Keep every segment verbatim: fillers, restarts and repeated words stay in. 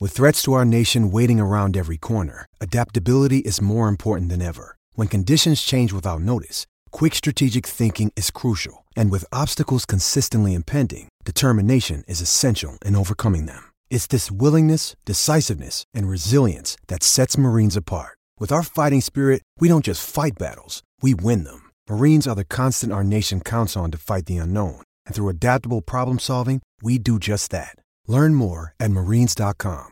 With threats to our nation waiting around every corner, adaptability is more important than ever. When conditions change without notice, quick strategic thinking is crucial. And with obstacles consistently impending, determination is essential in overcoming them. It's this willingness, decisiveness, and resilience that sets Marines apart. With our fighting spirit, we don't just fight battles, we win them. Marines are the constant our nation counts on to fight the unknown. And through adaptable problem solving, we do just that. Learn more at marines dot com.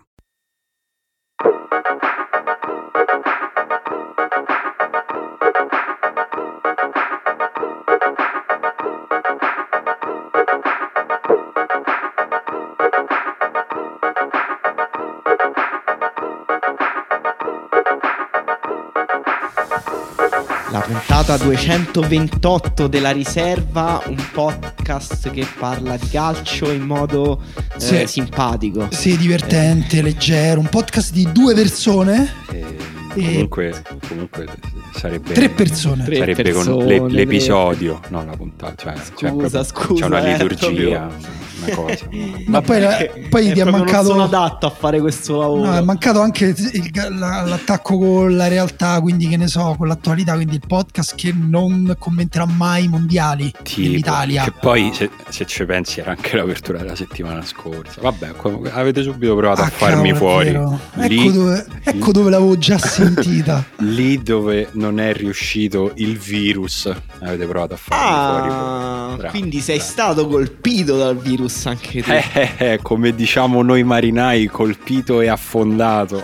La puntata duecentoventotto della Riserva, un podcast che parla di calcio in modo eh, sì. simpatico. Sì, divertente, eh. leggero, un podcast di due persone. Eh, e... comunque, comunque sarebbe tre persone. Tre sarebbe persone, con l'e- l'episodio, no la puntata. Cioè, scusa, proprio, scusa. C'è una eh, liturgia, proprio... una cosa. Ma poi, la, poi ti è mancato. Non sono adatto a fare questo lavoro. No, è mancato anche il, la, l'attacco con la realtà, quindi che ne so, con l'attualità, quindi il podcast che non commenterà mai i mondiali dell'Italia. Che poi se, se ci pensi era anche l'apertura della settimana scorsa. Vabbè, avete subito provato ah, a farmi fuori. Lì, ecco dove, ecco lì, dove l'avevo già sentita. Lì dove non è riuscito il virus, avete provato a farmi ah, fuori. Bravo, quindi sei bravo. stato colpito dal virus anche tu. Eh, eh, eh, come diciamo noi marinai, colpito e affondato.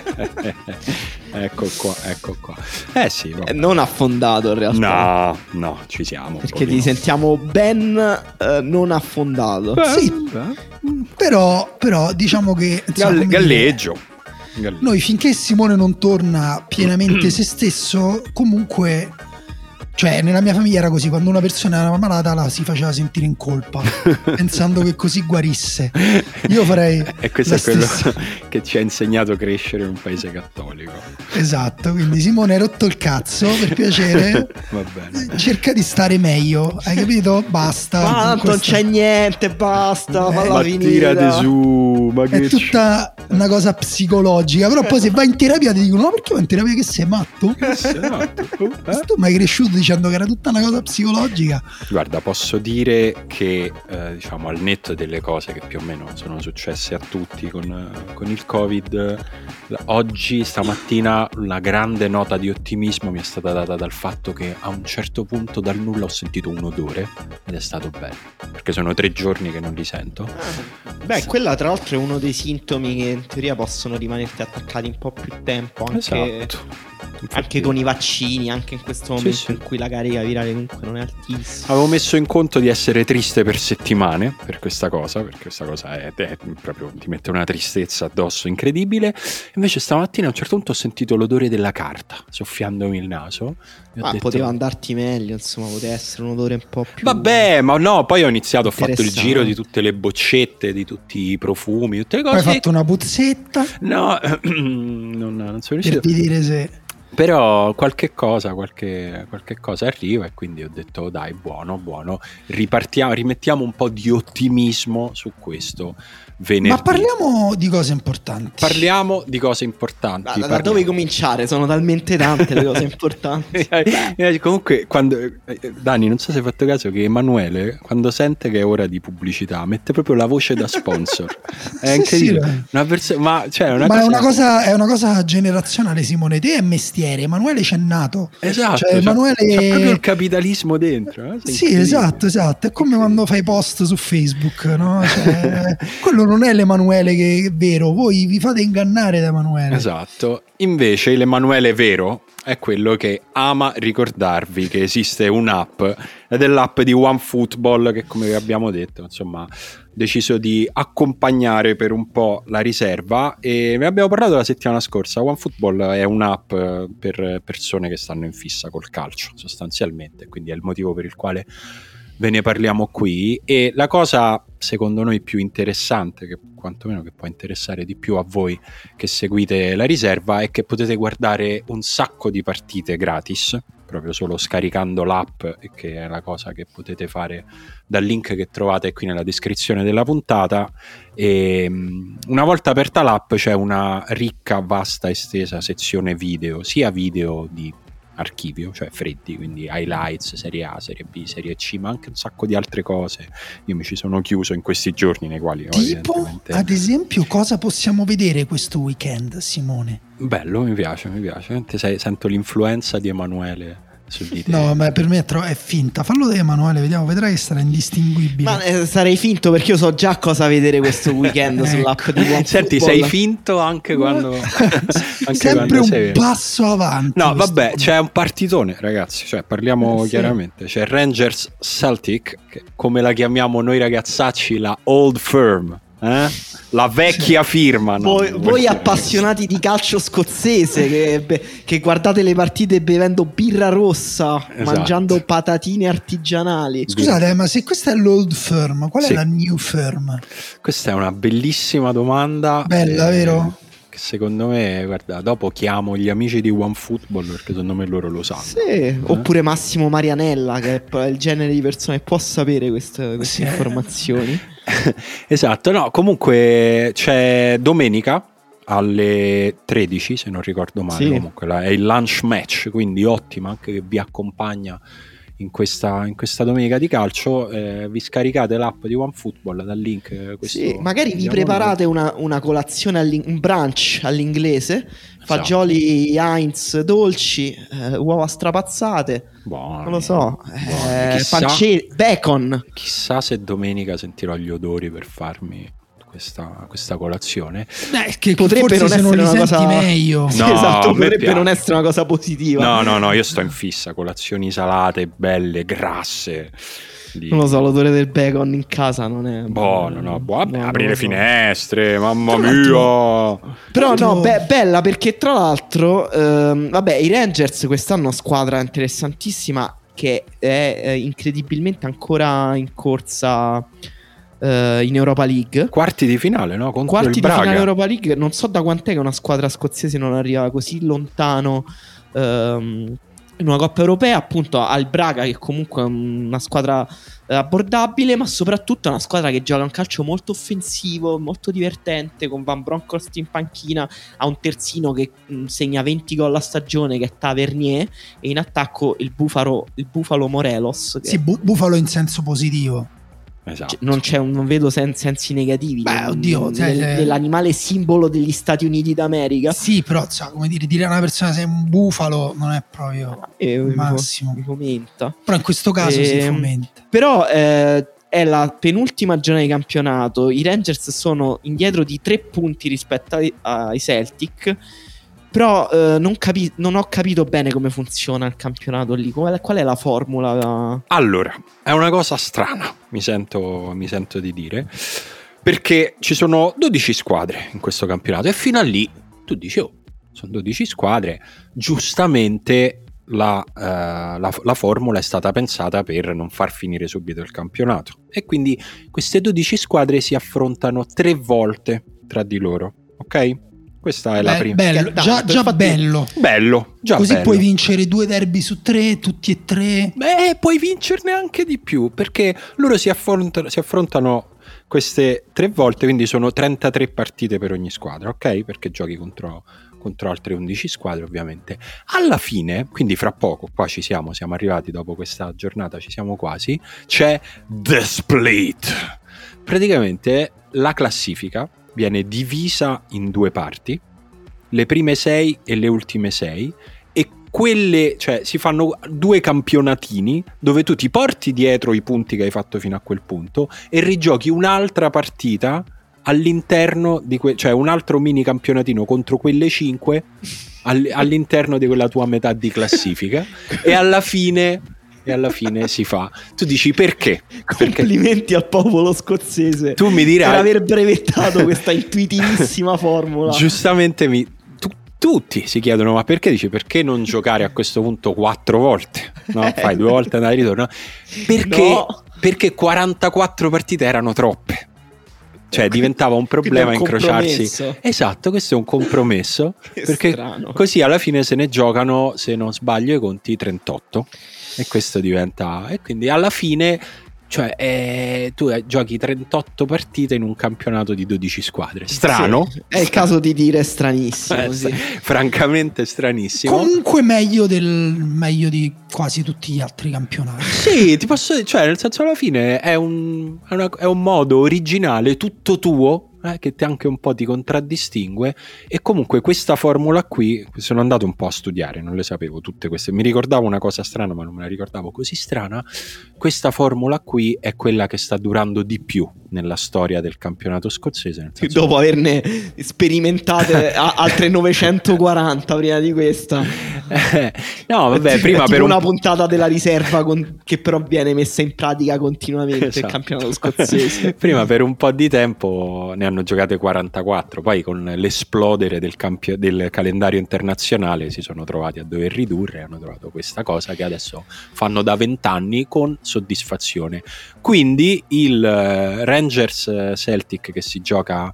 Ecco qua, ecco qua. Eh sì, eh, non affondato in realtà. No, no, ci siamo. Perché ti sentiamo ben eh, non affondato. Beh, sì, beh. Però, però diciamo che insomma, Gall- galleggio. Dire, noi finché Simone non torna pienamente se stesso, comunque, cioè nella mia famiglia era così, quando una persona era malata la si faceva sentire in colpa pensando che così guarisse. Io farei e questo è quello stessa... che ci ha insegnato a crescere in un paese cattolico. Esatto, quindi Simone hai rotto il cazzo, per piacere. Va bene. Cerca di stare meglio, hai capito? Basta. Ma tanto non c'è niente, basta, eh, falla ma finita. tirate su, ma che è tutta c... una cosa psicologica, però poi se vai in terapia ti dicono: ma perché vai in terapia, che sei matto? Che sei matto? Eh? Tu mi hai cresciuto dicendo che era tutta una cosa psicologica. Guarda, posso dire che eh, diciamo al netto delle cose che più o meno sono successe a tutti con, con il Covid, oggi stamattina la grande nota di ottimismo mi è stata data dal fatto che a un certo punto dal nulla ho sentito un odore ed è stato bello, perché sono tre giorni che non li sento. Beh, sì. Quella tra l'altro è uno dei sintomi che in teoria possono rimanerti attaccati un po' più tempo anche, esatto. Infatti, anche con i vaccini, anche in questo momento sì, sì. in cui la carica virale comunque non è altissima. Avevo messo in conto di essere triste per settimane per questa cosa, perché questa cosa è, è proprio ti mette una tristezza addosso incredibile. Invece stamattina a un certo punto ho sentito l'odore della carta soffiandomi il naso. Ma ah, detto, poteva andarti meglio, insomma, poteva essere un odore un po' più. Vabbè, ma no, poi ho iniziato, ho fatto il giro di tutte le boccette, di tutti i profumi, tutte le cose. Hai fatto una puzzetta? No, non, non sono riuscito. Per dire se. Però qualche cosa, qualche, qualche cosa arriva e quindi ho detto dai, buono, buono, ripartiamo, rimettiamo un po' di ottimismo su questo venerdì. Ma parliamo di cose importanti. Parliamo di cose importanti. Da, da parliamo. Dove cominciare? Sono talmente tante le cose importanti. Comunque, quando Dani, non so se hai fatto caso che Emanuele, quando sente che è ora di pubblicità, mette proprio la voce da sponsor. È sì, incredibile. Sì, una perso- ma cioè, una ma cosa... è una cosa è una cosa generazionale, Simone. Te è mestiere, Emanuele c'è nato. Esatto. Cioè, Emanuele... c'è proprio il capitalismo dentro. Eh? Sì, esatto, esatto. È come quando fai post su Facebook, no? Cioè, quello non è l'Emanuele che è vero, voi vi fate ingannare da Emanuele. Esatto. Invece l'Emanuele vero è quello che ama ricordarvi che esiste un'app, ed è l'app di OneFootball che, come vi abbiamo detto, insomma, deciso di accompagnare per un po' la riserva, e ne abbiamo parlato la settimana scorsa. OneFootball è un'app per persone che stanno in fissa col calcio sostanzialmente, quindi è il motivo per il quale ve ne parliamo qui. E la cosa secondo noi più interessante, che quantomeno che può interessare di più a voi che seguite la riserva, è che potete guardare un sacco di partite gratis proprio solo scaricando l'app, che è la cosa che potete fare dal link che trovate qui nella descrizione della puntata. E una volta aperta l'app c'è una ricca, vasta, estesa sezione video, sia video di archivio, cioè freddi, quindi highlights, serie A, serie B, serie C, ma anche un sacco di altre cose. Io mi ci sono chiuso in questi giorni nei quali tipo, ad esempio, cosa possiamo vedere questo weekend, Simone? Bello, mi piace, mi piace. Sei, sento l'influenza di Emanuele su di te. No, ma per me è, tro- è finta. Fallo da Emanuele, vediamo, vedrai che sarà indistinguibile. Ma eh, sarei finto perché io so già cosa vedere questo weekend sull'app di OneFootball. Senti, sei finto anche quando anche sempre quando un sei... passo avanti. No, vabbè, qua. C'è un partitone, ragazzi, cioè parliamo eh, sì. chiaramente. C'è Rangers Celtic, che come la chiamiamo noi ragazzacci, la Old Firm. Eh? La vecchia firma, no? Voi, voi appassionati di calcio scozzese che, che guardate le partite bevendo birra rossa, esatto. mangiando patatine artigianali. Scusate, ma se questa è l'old firm, qual sì. è la new firm? Questa è una bellissima domanda. Bella, eh, vero? Che secondo me, guarda, dopo chiamo gli amici di OneFootball perché secondo me loro lo sanno. Sì, eh? Oppure Massimo Marianella, che è il genere di persone che può sapere queste, queste sì. informazioni. Esatto, no, comunque c'è domenica alle tredici, se non ricordo male, sì. comunque la, è il lunch match, quindi ottima, anche che vi accompagna in questa, in questa domenica di calcio. Eh, vi scaricate l'app di OneFootball dal link. Eh, questo, sì, magari vi preparate una, una colazione, un brunch all'inglese, esatto. fagioli Heinz dolci, eh, uova strapazzate. Buoni, non lo so, eh, chissà, pance- bacon. Chissà se domenica sentirò gli odori per farmi questa, questa colazione. Beh, che potrebbe forse non se non li essere una senti cosa meglio. No, sì, esatto, potrebbe piace. non essere una cosa positiva. No, no, no, io sto in fissa, colazioni salate, belle, grasse. Di... Non lo so, l'odore del bacon in casa non è buono, no, buono. no, apri le so. finestre, mamma Tra mia. Però Tra no, be- bella perché tra l'altro ehm, vabbè, i Rangers quest'anno squadra interessantissima che è eh, incredibilmente ancora in corsa eh, in Europa League. Quarti di finale, no? Contro Quarti il di Braga. finale Europa League, non so da quant'è che una squadra scozzese non arriva così lontano ehm, in una Coppa Europea, appunto al Braga, che comunque è una squadra eh, abbordabile, ma soprattutto è una squadra che gioca un calcio molto offensivo, molto divertente, con Van Bronckhorst in panchina, ha un terzino che mh, segna venti gol a stagione, che è Tavernier, e in attacco il Bufalo, il Bufalo Morelos, che Sì, bu- bufalo in senso positivo. Esatto. non, c'è un, non vedo sen- sensi negativi. Beh, oddio, Nel- cioè, dell'animale simbolo degli Stati Uniti d'America. Sì, però so, come dire, dire a una persona sei un bufalo non è proprio E il mi fo- massimo. mi fomenta. Però in questo caso si Ehm, fomenta. Però eh, è la penultima giornata di campionato. I Rangers sono indietro di tre punti rispetto ai, ai Celtic. Però eh, non, capi- non ho capito bene come funziona il campionato lì. Qual è, qual è la formula? Allora, è una cosa strana, mi sento, mi sento di dire, perché ci sono dodici squadre in questo campionato e fino a lì tu dici, oh, sono dodici squadre, giustamente la, eh, la, la formula è stata pensata per non far finire subito il campionato e quindi queste dodici squadre si affrontano tre volte tra di loro, ok? Questa è la Beh, prima. bello, Che- già, tanto, già infatti- bello. Bello, già Così bello. puoi vincere due derby su tre, tutti e tre. Beh, puoi vincerne anche di più, perché loro si affrontano, si affrontano queste tre volte, quindi sono trentatré partite per ogni squadra, ok? Perché giochi contro, contro altre undici squadre, ovviamente. Alla fine, quindi fra poco, qua ci siamo, siamo arrivati dopo questa giornata, ci siamo quasi, c'è The Split. Praticamente la classifica viene divisa in due parti, le prime sei e le ultime sei, e quelle, cioè si fanno due campionatini dove tu ti porti dietro i punti che hai fatto fino a quel punto e rigiochi un'altra partita all'interno di que- cioè un altro mini campionatino contro quelle cinque all- all'interno di quella tua metà di classifica e alla fine e alla fine si fa. Tu dici perché? Perché Complimenti al popolo scozzese tu mi per dirai aver brevettato questa intuitivissima formula. giustamente mi tu- tutti si chiedono ma perché, dici perché non giocare a questo punto quattro volte, no? Fai due volte andare e ritorno perché, No. perché quarantaquattro partite erano troppe, cioè diventava un problema un incrociarsi. compromesso. Esatto, questo è un compromesso perché strano. così alla fine se ne giocano, se non sbaglio, i conti trentotto e questo diventa, e quindi alla fine, cioè eh, tu giochi trentotto partite in un campionato di dodici squadre. Strano, Sì, è il caso di dire stranissimo, Eh, sì. francamente stranissimo. Comunque meglio del meglio di quasi tutti gli altri campionati. Sì, ti posso dire, cioè nel senso alla fine è un, è una- è un modo originale, tutto tuo, eh, che ti anche un po' ti contraddistingue. E comunque questa formula qui, sono andato un po' a studiare, non le sapevo tutte queste, mi ricordavo una cosa strana ma non me la ricordavo così strana. Questa formula qui è quella che sta durando di più nella storia del campionato scozzese, nel senso- Dopo averne sperimentate a- altre novecentoquaranta prima di questa. Eh, no vabbè, È prima tipo per un una puntata della riserva con- che però viene messa in pratica continuamente. Esatto. Il campionato scozzese. Prima per un po' di tempo ne hanno giocate quarantaquattro, poi con l'esplodere del, campio- del calendario internazionale si sono trovati a dover ridurre e hanno trovato questa cosa che adesso fanno da vent'anni con soddisfazione. Quindi il eh, Rangers Celtic che si gioca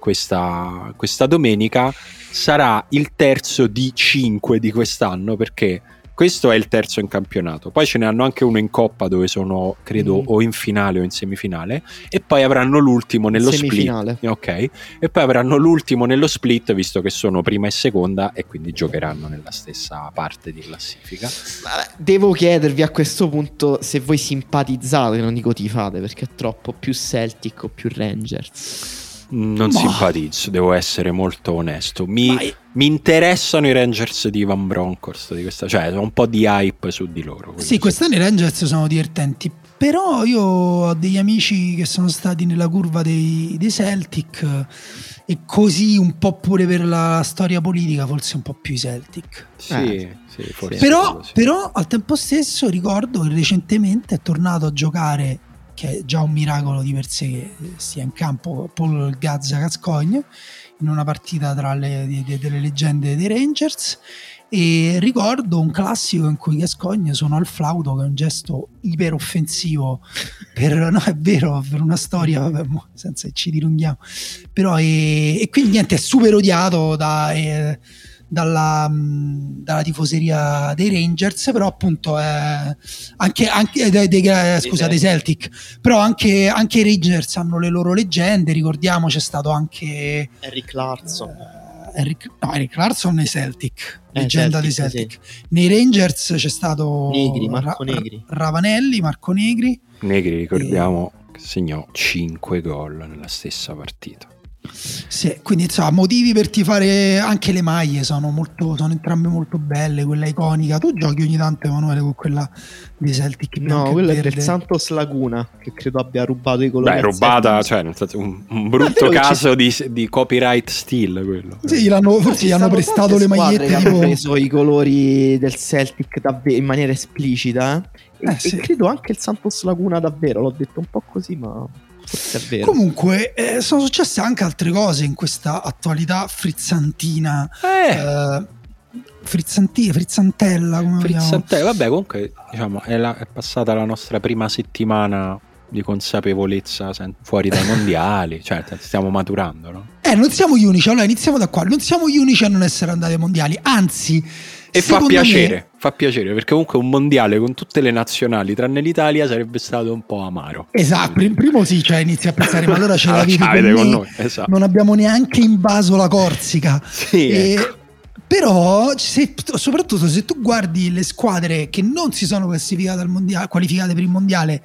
questa, questa domenica sarà il terzo di cinque di quest'anno, perché questo è il terzo in campionato, poi ce ne hanno anche uno in Coppa dove sono credo Mm. o in finale o in semifinale, e poi avranno l'ultimo nello Semifinale. split, ok, e poi avranno l'ultimo nello split visto che sono prima e seconda e quindi giocheranno nella stessa parte di classifica. Vabbè, devo chiedervi a questo punto se voi simpatizzate, non dico tifate perché è troppo, più Celtic o più Rangers. Non Ma- simpatizzo, devo essere molto onesto. Mi, Ma- mi interessano i Rangers di Van Bronckhorst, di questa, cioè ho un po' di hype su di loro. quello Sì, quest'anno i Rangers sono divertenti, però io ho degli amici che sono stati nella curva dei, dei Celtic, e così un po' pure per la storia politica, forse un po' più i Celtic. Sì, Eh, sì, forse Però, quello sì. però al tempo stesso ricordo che recentemente è tornato a giocare, che è già un miracolo di per sé che sia in campo, Paul Gazza Gascoigne in una partita tra le di- di- delle leggende dei Rangers, e ricordo un classico in cui Gascoigne suona il flauto, che è un gesto iper offensivo per, no è vero, per una storia, vabbè, mo, senza che ci dilunghiamo, però e, e quindi niente, è super odiato da eh, dalla, mh, dalla tifoseria dei Rangers, però appunto è anche, anche dei, dei, eh, scusa, dei Celtic, però anche, anche i Rangers hanno le loro leggende, ricordiamo c'è stato anche Eric Clarkson. eh, Eric, no, Eric Clarkson nei Celtic, Eh, leggenda Celtic, dei Celtic. Nei Rangers c'è stato Negri, Marco Ra- Negri. Ravanelli, Marco Negri. Negri, ricordiamo che segnò cinque gol nella stessa partita. Sì, quindi insomma, motivi per tifare. Anche le maglie sono molto, sono entrambe molto belle, quella iconica. Tu giochi ogni tanto, Emanuele, con quella dei Celtic bianco No, e quello è verde. del Santos Laguna, che credo abbia rubato i colori. Beh, al rubata, Celtic. cioè nel senso, un, un Ma brutto vero che caso di, di copyright steal quello. Sì, l'hanno, forse Ci gli hanno stanno prestato tante le squadre magliette che hanno tipo... preso i colori del Celtic davvero in maniera esplicita, eh? E, Eh, sì. e credo anche il Santos Laguna davvero, l'ho detto un po' così, ma forse è vero. Comunque eh, sono successe anche altre cose in questa attualità frizzantina, Eh, eh, frizzanti, frizzantella, come vogliamo. Frizzante, vabbè, comunque diciamo è, la- è passata la nostra prima settimana di consapevolezza sen- fuori dai mondiali, cioè stiamo maturando, no? Eh, non siamo gli unici, allora iniziamo da qua, non siamo gli unici a non essere andati ai mondiali, anzi... E fa secondo piacere, me- fa piacere perché comunque un mondiale con tutte le nazionali tranne l'Italia sarebbe stato un po' amaro. Esatto, prim- primo sì, cioè inizi a pensare, ma allora ce Allora l'avevi ce l'avete con, con me, noi, esatto. non abbiamo neanche invaso la Corsica. Sì, E- ecco. Però, se- soprattutto se tu guardi le squadre che non si sono classificate al mondiale, qualificate per il mondiale,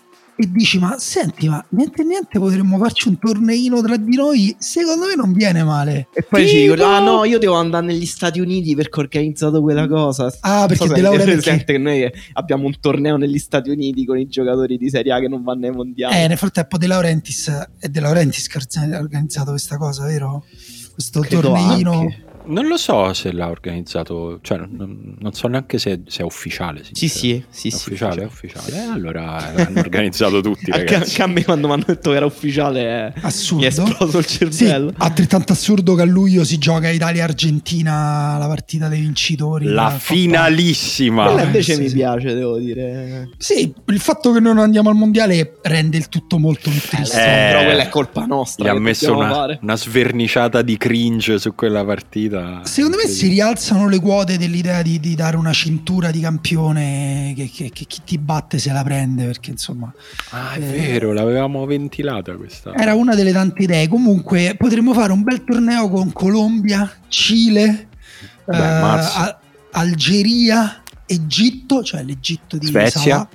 e dici, ma senti, ma niente niente potremmo farci un torneino tra di noi, secondo me non viene male. E poi ci Tipo- dico, ah no, io devo andare negli Stati Uniti perché ho organizzato quella cosa. Ah, perché Non so De se Laura avete perché- presente che noi abbiamo un torneo negli Stati Uniti con i giocatori di Serie A che non vanno ai mondiali. Eh, nel frattempo De Laurentiis è De Laurentiis che ha organizzato questa cosa, vero? Questo Credo torneino. anche. Non lo so se l'ha organizzato, cioè non, non so neanche se, se è ufficiale. Sì, sì, sì, è sì, ufficiale, è ufficiale. ufficiale. Eh, allora hanno organizzato tutti, Anche, ragazzi. anche a me quando mi hanno detto che era ufficiale eh, Assurdo. mi è esploso il cervello. Sì, altrettanto assurdo che a luglio si gioca Italia-Argentina, la partita dei vincitori. La finalissima. Quella invece sì, mi sì. piace, devo dire. Sì, il fatto che noi non andiamo al mondiale rende il tutto molto più triste. Eh, Però quella è colpa nostra. Gli ha che messo dobbiamo una, fare. una sverniciata di cringe su quella partita. Secondo me si rialzano le quote dell'idea di, di dare una cintura di campione che, che, che chi ti batte se la prende, perché insomma Ah, è eh, vero, l'avevamo ventilata questa. era una delle tante idee. Comunque potremmo fare un bel torneo con Colombia, Cile, Beh, eh, mazza. A- Algeria, Egitto, cioè l'Egitto di Svezia. Salah,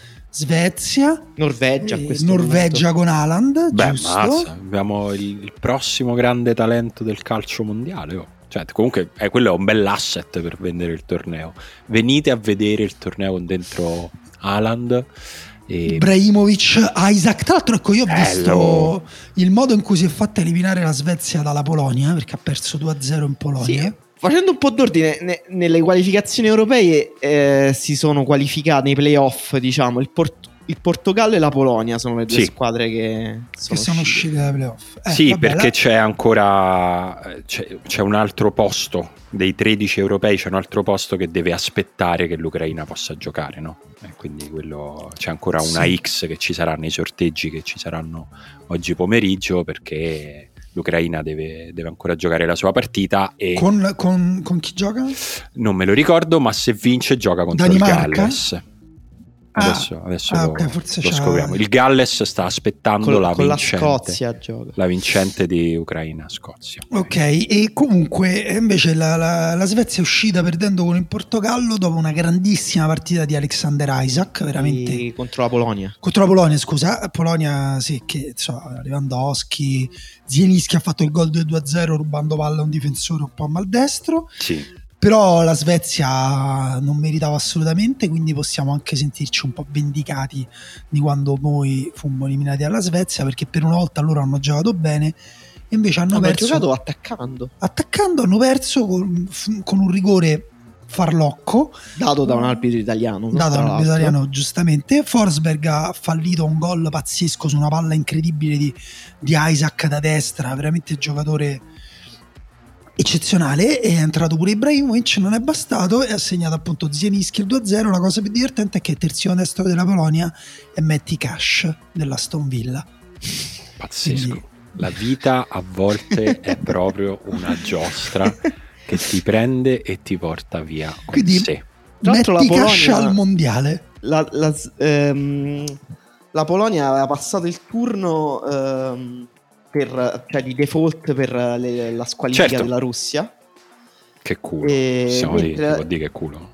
Svezia, Norvegia, a eh, questo Norvegia con Haaland, Beh, giusto? mazza, abbiamo il, il prossimo grande talento del calcio mondiale. Oh. Cioè, comunque, eh, quello è un bel asset per vendere il torneo. Venite a vedere il torneo con dentro Haaland. E... Ibrahimovic, Isaac. Tra l'altro, ecco, io ho Bello. visto il modo in cui si è fatta eliminare la Svezia dalla Polonia, perché ha perso due a zero in Polonia. Sì. Facendo un po' d'ordine, ne- nelle qualificazioni europee eh, si sono qualificate nei playoff, diciamo, il, Port- il Portogallo e la Polonia sono le due Sì. squadre che sono, che sono uscite. uscite dai playoff. Eh, sì, vabbè, perché la- c'è ancora c'è, c'è un altro posto dei tredici europei, c'è un altro posto che deve aspettare che l'Ucraina possa giocare, no? E quindi quello, c'è ancora una Sì. X che ci sarà nei sorteggi che ci saranno oggi pomeriggio, perché l'Ucraina deve, deve ancora giocare la sua partita e con, con, con chi gioca? non me lo ricordo, ma se vince gioca contro Danimarca? il Galles. Ah. Adesso, adesso Ah, lo, ok, forse lo c'ha- scopriamo. Il Galles sta aspettando Con, la con la vincente. Scozia gioca. La vincente di Ucraina-Scozia. Ok, e comunque eh, invece la, la, la Svezia è uscita perdendo con il Portogallo dopo una grandissima partita di Alexander Isaac, veramente E contro la Polonia. contro la Polonia, scusa. Polonia, sì, che insomma, Lewandowski, Zielinski ha fatto il gol del due a zero rubando palla a un difensore un po' maldestro. Sì. Però la Svezia non meritava assolutamente, quindi possiamo anche sentirci un po' vendicati di quando noi fummo eliminati dalla Svezia, perché per una volta loro hanno giocato bene e invece hanno Hanno perso giocato attaccando, attaccando, hanno perso con, con un rigore farlocco dato da un arbitro italiano. dato tra dall'arbitro l'altro. italiano, giustamente. Forsberg ha fallito un gol pazzesco su una palla incredibile di, di Isaac da destra, veramente giocatore eccezionale. È entrato pure Ibrahimovic, non è bastato, e ha segnato appunto Zielinski il due a zero. La cosa più divertente è che il terzino destro della Polonia è Matty Cash dell'Aston Villa. Pazzesco. Quindi- La vita a volte è proprio una giostra che ti prende e ti porta via con Quindi sé. Tra l'altro Matty la Cash Polonia- al mondiale. La, la, ehm, la Polonia aveva passato il turno ehm, per, cioè di default per le- la squalifica Certo. della Russia. Che culo. E Possiamo mentre- dire, si può dire che culo.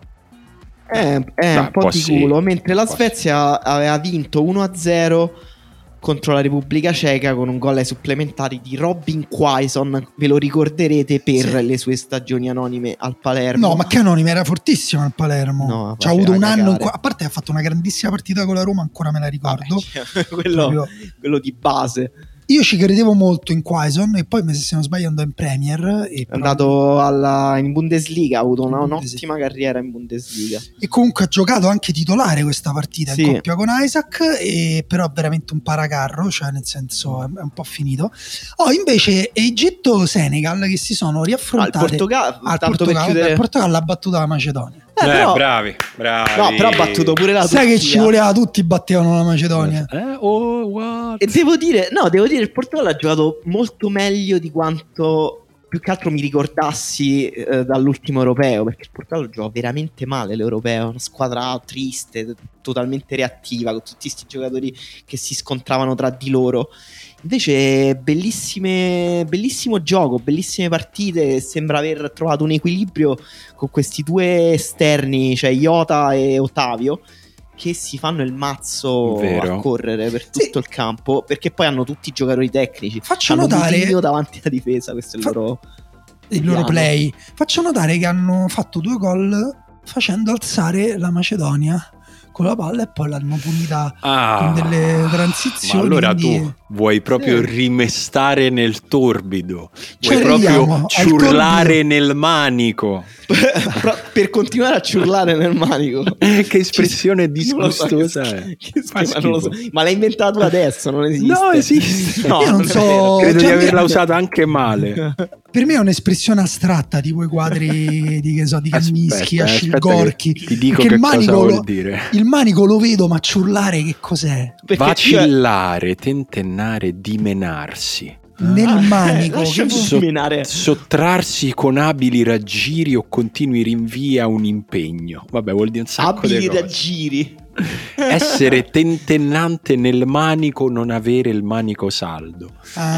È, è Dai, un po' un po' di sì, culo, mentre un la po' Svezia aveva vinto uno a zero contro la Repubblica Ceca con un gol ai supplementari di Robin Quaison, ve lo ricorderete per Sì. le sue stagioni anonime al Palermo. No, ma che anonime, era fortissimo al Palermo. No, C'ha faceva avuto un anno in cagare. qua- a parte ha fatto una grandissima partita con la Roma, ancora me la ricordo. Vabbè, cioè, quello, Proprio- quello di base. Io ci credevo molto in Quaison e poi, se non sbaglio, andò in Premier e, È andato alla, in Bundesliga, ha avuto una, In Bundesliga. un'ottima carriera in Bundesliga. e comunque ha giocato anche titolare questa partita Sì. in coppia con Isaac, e però è veramente un paracarro, cioè nel senso è, è un po' finito. Oh, invece Egitto-Senegal che si sono Ah, il riaffrontate Portogallo, al tanto per Portogallo. chiudere... Il Portogallo ha battuto la Macedonia. Eh, Eh, però- bravi, bravi. No, però ha battuto pure la Sai che Turchia. ci voleva, tutti battevano la Macedonia. Eh, oh, what? E devo dire, no, devo dire, il Portogallo ha giocato molto meglio di quanto più che altro mi ricordassi eh, dall'ultimo europeo, perché il Portogallo gioca veramente male l'europeo, una squadra triste, totalmente reattiva, con tutti questi giocatori che si scontravano tra di loro. Invece bellissime, bellissimo gioco, bellissime partite, sembra aver trovato un equilibrio con questi due esterni, cioè Iota e Ottavio, che si fanno il mazzo Vero. a correre per tutto Sì. il campo, perché poi hanno tutti i giocatori tecnici. Faccio Hanno notare- Moutinho davanti alla difesa, questo è il Fa- loro il loro piano. play. Faccio notare che hanno fatto due gol facendo alzare la Macedonia con la palla e poi l'hanno punita Ah, con delle transizioni. ma allora quindi... tu vuoi proprio Sì. rimestare nel torbido, Ci vuoi arriviamo, proprio al ciurlare torbido. nel manico. Però per continuare a ciurlare nel manico. Che espressione Non lo so, disgustosa che è. schifo, che Fa schifo, ma non lo so. schifo. Ma l'hai inventato adesso, non esiste. No, esiste. No, Io non è so- vero. Credo cioè, di a me- averla usata anche male. Per me è un'espressione astratta, tipo i quadri di, che so, di Kandinsky, Aspetta, Achille aspetta che Gorky. ti dico Perché che il cosa manico vuol lo- dire. Il manico lo vedo, ma ciurlare che cos'è? Perché Vacillare, tentennare, dimenarsi. Nel Ah, manico. eh, lasciami che- un- So- Menare. sottrarsi con abili raggiri o continui rinvii a un impegno. Vabbè, vuol dire un sacco abili di cose. raggiri. Essere tentennante nel manico, non avere il manico saldo.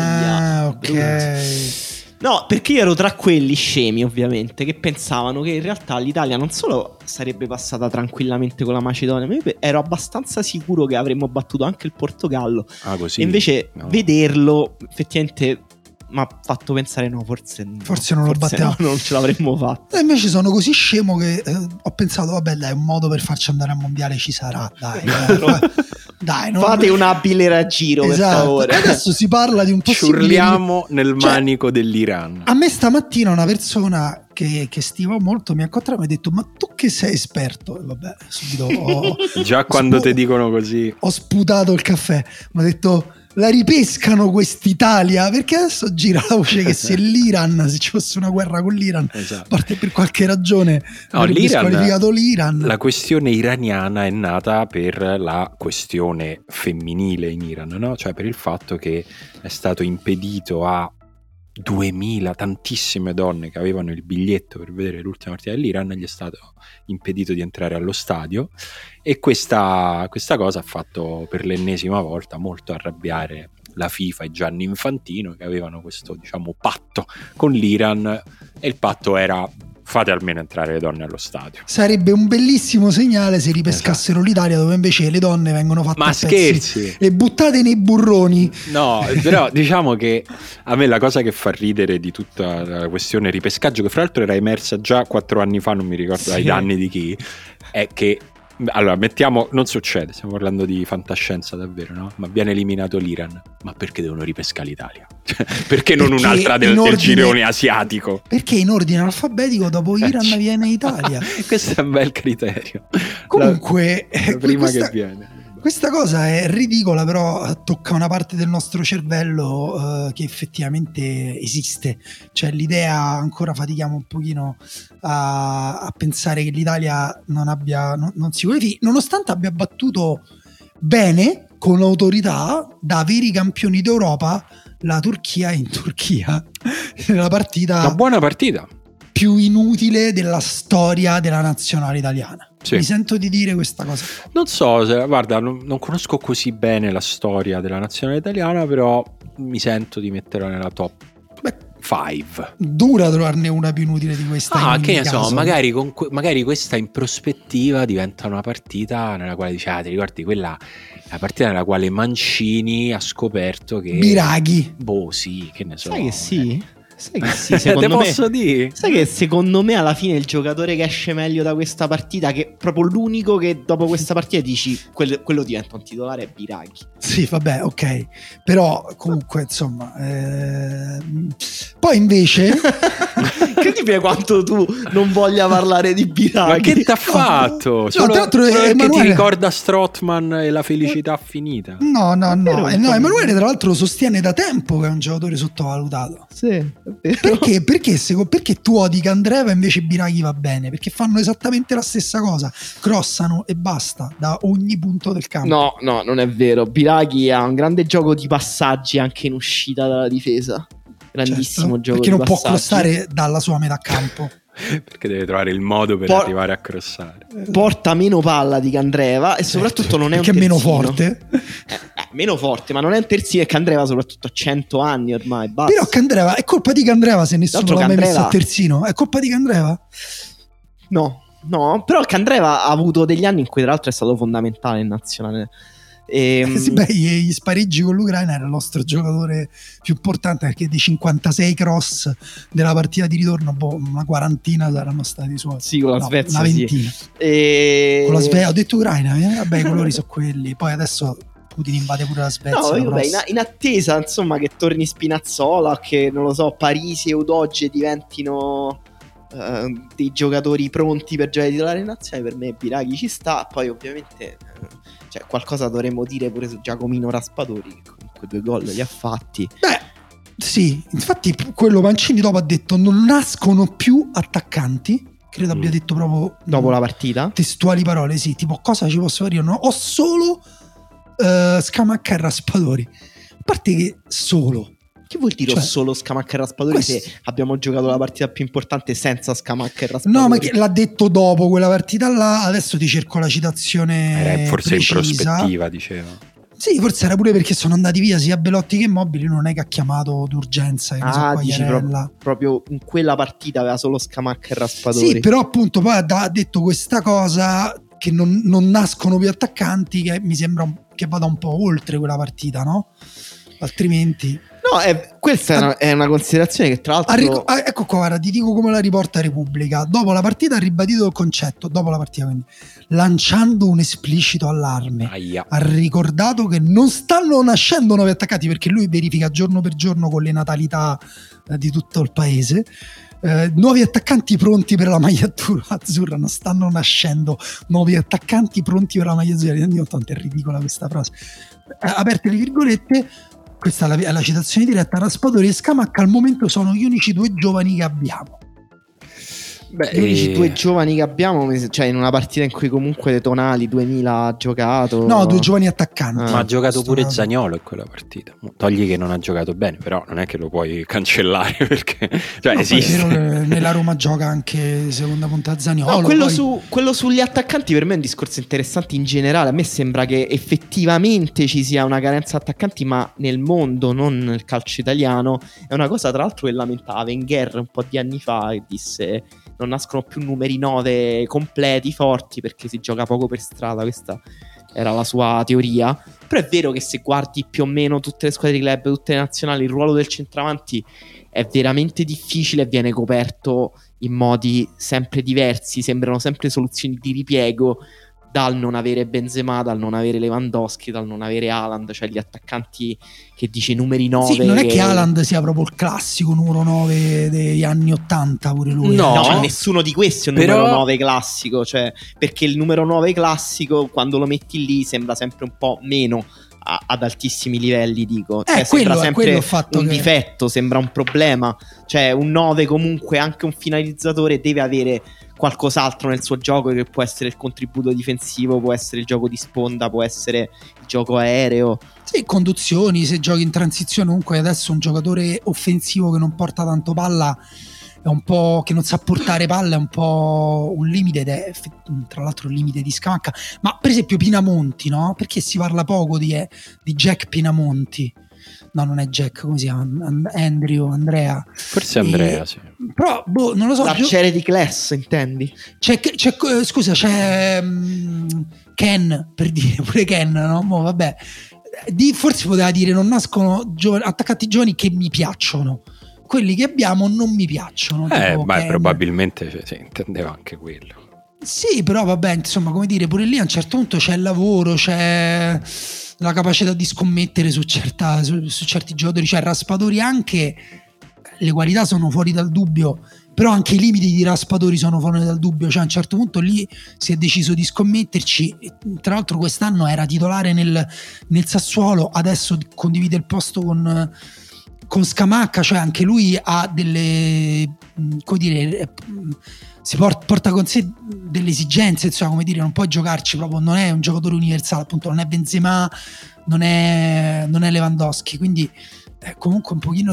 Ah, Aia, ok. No, perché io ero tra quelli scemi, ovviamente, che pensavano che in realtà l'Italia non solo sarebbe passata tranquillamente con la Macedonia, ma io pe- ero abbastanza sicuro che avremmo battuto anche il Portogallo. Ah, così. E invece No. vederlo effettivamente mi ha fatto pensare no, forse no, Forse non lo battiamo. no, non ce l'avremmo fatto. E invece sono così scemo che eh, ho pensato, vabbè, dai, un modo per farci andare al mondiale ci sarà. Dai, dai, dai non- Fate un abile raggiro, per Esatto. favore. Adesso si parla di un possibile. Ciurliamo nel Cioè, manico dell'Iran. A me stamattina una persona che, che stimo molto mi ha incontrato e mi ha detto: ma tu che sei esperto? E vabbè, subito ho, Già quando spu- ti dicono così. ho sputato il caffè. Mi ha detto: la ripescano quest'Italia? Perché adesso gira la voce che se l'Iran, se ci fosse una guerra con l'Iran, a Esatto. parte per qualche ragione, No, avrebbe l'Iran- squalificato l'Iran. La questione iraniana è nata per la questione femminile in Iran, no? Cioè per il fatto che è stato impedito a duemila, tantissime donne che avevano il biglietto per vedere l'ultima partita dell'Iran, gli è stato impedito di entrare allo stadio, e questa, questa cosa ha fatto per l'ennesima volta molto arrabbiare la FIFA e Gianni Infantino, che avevano questo, diciamo, patto con l'Iran, e il patto era: fate almeno entrare le donne allo stadio. Sarebbe un bellissimo segnale se ripescassero l'Italia, dove invece le donne vengono fatte Ma a pezzi scherzi? e buttate nei burroni. No, però diciamo che a me la cosa che fa ridere di tutta la questione ripescaggio, che fra l'altro era emersa già quattro anni fa, non mi ricordo Sì. ai danni di chi, è che, allora, mettiamo, non succede, stiamo parlando di fantascienza davvero, no? Ma viene eliminato l'Iran, ma perché devono ripescare l'Italia? Cioè, perché non Perché un'altra del, in del ordine- girone asiatico? Perché in ordine alfabetico dopo Iran Eh, viene Italia. Questo è un bel criterio. Comunque, La- eh, la prima questa- che viene. Questa cosa è ridicola, però eh, tocca una parte del nostro cervello eh, che effettivamente esiste. Cioè l'idea, ancora fatichiamo un pochino a, a pensare che l'Italia non abbia, non, non si qualifichi, nonostante abbia battuto bene, con autorità, da veri campioni d'Europa, la Turchia in Turchia, nella partita Una buona partita. più inutile della storia della nazionale italiana. Sì. Mi sento di dire questa cosa. Non so, se, guarda, non, non conosco così bene la storia della nazionale italiana, però mi sento di metterla nella top Beh, cinque. dura trovarne una più inutile di questa. Ah, in che ne ogni so, caso. magari, con que- magari questa in prospettiva diventa una partita nella quale dice, ah, ti ricordi quella, la partita nella quale Mancini ha scoperto che... Biraghi. Boh, sì, che ne so. Sai che sì? Sai che sì, Te secondo me. posso dire? Sai che secondo me alla fine il giocatore che esce meglio da questa partita, che proprio l'unico che dopo questa partita dici quello, quello diventa un titolare, è Biraghi. Sì, vabbè, ok. Però comunque, insomma, ehm, poi invece Incredibile quanto tu non voglia parlare di Biraghi. Ma che t'ha fatto? No, Solo, tra l'altro, solo perché ti Emanuele- ricorda Strootman e la felicità finita. no, no, no, Davvero? eh, no, Emanuele tra l'altro sostiene da tempo che è un giocatore sottovalutato. Sì, è vero. Perché? Perché, seco- perché tu odi Candreva e invece Biraghi va bene? Perché fanno esattamente la stessa cosa, crossano e basta da ogni punto del campo. No, no, non è vero. Biraghi ha un grande gioco di passaggi anche in uscita dalla difesa. Grandissimo Certo, gioco perché di non può passaggi. crossare dalla sua metà campo. Perché deve trovare il modo per Por- arrivare a crossare. Porta meno palla di Candreva e soprattutto non è un perché è meno terzino. forte. Eh, eh, meno forte, ma non è un terzino. E Candreva soprattutto ha cento anni ormai. Basta. Però Candreva è colpa di Candreva se nessuno Tra l'ha l'altro mai messo Candreva- a terzino. È colpa di Candreva? No, no, però Candreva ha avuto degli anni in cui tra l'altro è stato fondamentale in nazionale. E, sì, beh, gli spareggi con l'Ucraina era il nostro giocatore più importante, perché dei cinquantasei cross della partita di ritorno, boh, una quarantina saranno stati suoi. Sì, con la no, Svezia, una ventina. Sì. E... Con la Svezia, ho detto Ucraina, eh? Vabbè, i colori sono quelli. Poi adesso Putin invade pure la Svezia. No, la vabbè, in, in attesa, insomma, che torni Spinazzola, che non lo so, Parisi e Udogie diventino uh, dei giocatori pronti per giocare titolare in nazionale. Per me Biraghi ci sta. Poi ovviamente uh, cioè, qualcosa dovremmo dire pure su Giacomino Raspadori, che comunque due gol li ha fatti. Beh, sì, infatti quello Mancini dopo ha detto non nascono più attaccanti. Credo abbia detto proprio dopo la partita, testuali parole, sì, tipo cosa ci posso fare io? No, ho solo uh, Scamacca e Raspadori. A parte che solo, che vuol dire cioè, solo Scamacca e Raspadori questo... se abbiamo giocato la partita più importante senza Scamacca e Raspadori? No, ma che l'ha detto dopo quella partita là. Adesso ti cerco la citazione. Era forse precisa. In prospettiva, diceva. Sì, forse era pure perché sono andati via sia Belotti che Immobili, non è che ha chiamato d'urgenza. Ah, so, dici proprio, proprio in quella partita aveva solo Scamacca e Raspadori. Sì, però appunto poi ha detto questa cosa che non, non nascono più attaccanti, che mi sembra un, che vada un po' oltre quella partita, no? Altrimenti... No, è, questa è una, è una considerazione che tra l'altro... Ric- ecco qua, guarda, ti dico come la riporta Repubblica. Dopo la partita ha ribadito il concetto, dopo la partita quindi, lanciando un esplicito allarme. Aia. Ha ricordato che non stanno nascendo nuovi attaccati, perché lui verifica giorno per giorno con le natalità eh, di tutto il paese. Eh, nuovi attaccanti pronti per la maglia azzurra, non stanno nascendo nuovi attaccanti pronti per la maglia azzurra. Dio, tanto è ridicola questa frase. Eh, aperte le virgolette, questa è la, è la citazione diretta. Raspadori e Scamacca al momento sono gli unici due giovani che abbiamo. Beh, gli unici e... due giovani che abbiamo, cioè in una partita in cui comunque De Tonali duemila ha giocato. No, due giovani attaccanti. Ah. Ma ha giocato pure Zaniolo in quella partita. Togli che non ha giocato bene, però non è che lo puoi cancellare perché cioè no, esiste. Nella Roma gioca anche seconda punta Zaniolo. No, quello, poi... su, quello sugli attaccanti per me è un discorso interessante in generale. A me sembra che effettivamente ci sia una carenza di attaccanti, ma nel mondo, non nel calcio italiano. È una cosa tra l'altro che lamentava Wenger un po' di anni fa, che disse non nascono più numeri nove completi, forti, perché si gioca poco per strada. Questa era la sua teoria. Però è vero che se guardi più o meno tutte le squadre di club, tutte le nazionali, il ruolo del centravanti è veramente difficile e viene coperto in modi sempre diversi. Sembrano sempre soluzioni di ripiego, dal non avere Benzema, dal non avere Lewandowski, dal non avere Haaland, cioè gli attaccanti che dice numeri nove. Sì, non è che, che Haaland sia proprio il classico numero nove degli anni ottanta pure lui. No, eh. no, nessuno di questi è un Però... numero nove classico, cioè perché il numero nove classico quando lo metti lì sembra sempre un po' meno a, ad altissimi livelli, dico. Cioè, eh, quello, sembra sempre il fatto un che... difetto, sembra un problema. Cioè un nove comunque, anche un finalizzatore, deve avere qualcos'altro nel suo gioco, che può essere il contributo difensivo, può essere il gioco di sponda, può essere il gioco aereo. Sì, conduzioni, se giochi in transizione. Comunque adesso un giocatore offensivo che non porta tanto palla è un po', che non sa portare palla, è un po' un limite, ed è tra l'altro il limite di Scamacca. Ma per esempio Pinamonti, no? Perché si parla poco di, eh, di Jack Pinamonti? No, non è Jack, come si chiama? Andrew, Andrea. Forse Andrea, e, sì. Però, boh, non lo so. L'arciere di Class, intendi? C'è, c'è, scusa, c'è um, Ken, per dire, pure Ken, no? Mo, vabbè. Di, forse poteva dire non nascono giovani, attaccanti giovani che mi piacciono. Quelli che abbiamo non mi piacciono. Eh, ma Ken. probabilmente cioè, sì, intendeva anche quello. Sì, però vabbè, insomma, come dire, pure lì a un certo punto c'è il lavoro, c'è la capacità di scommettere su, certa, su, su certi giocatori. Cioè Raspadori, anche le qualità sono fuori dal dubbio, però anche i limiti di Raspadori sono fuori dal dubbio. Cioè a un certo punto lì si è deciso di scommetterci. Tra l'altro quest'anno era titolare nel, nel Sassuolo, adesso condivide il posto con, con Scamacca. Cioè anche lui ha delle, come dire, si porta, porta con sé delle esigenze, insomma, come dire, non puoi giocarci proprio, non è un giocatore universale, appunto, non è Benzema, non è, non è Lewandowski, quindi eh, comunque un pochino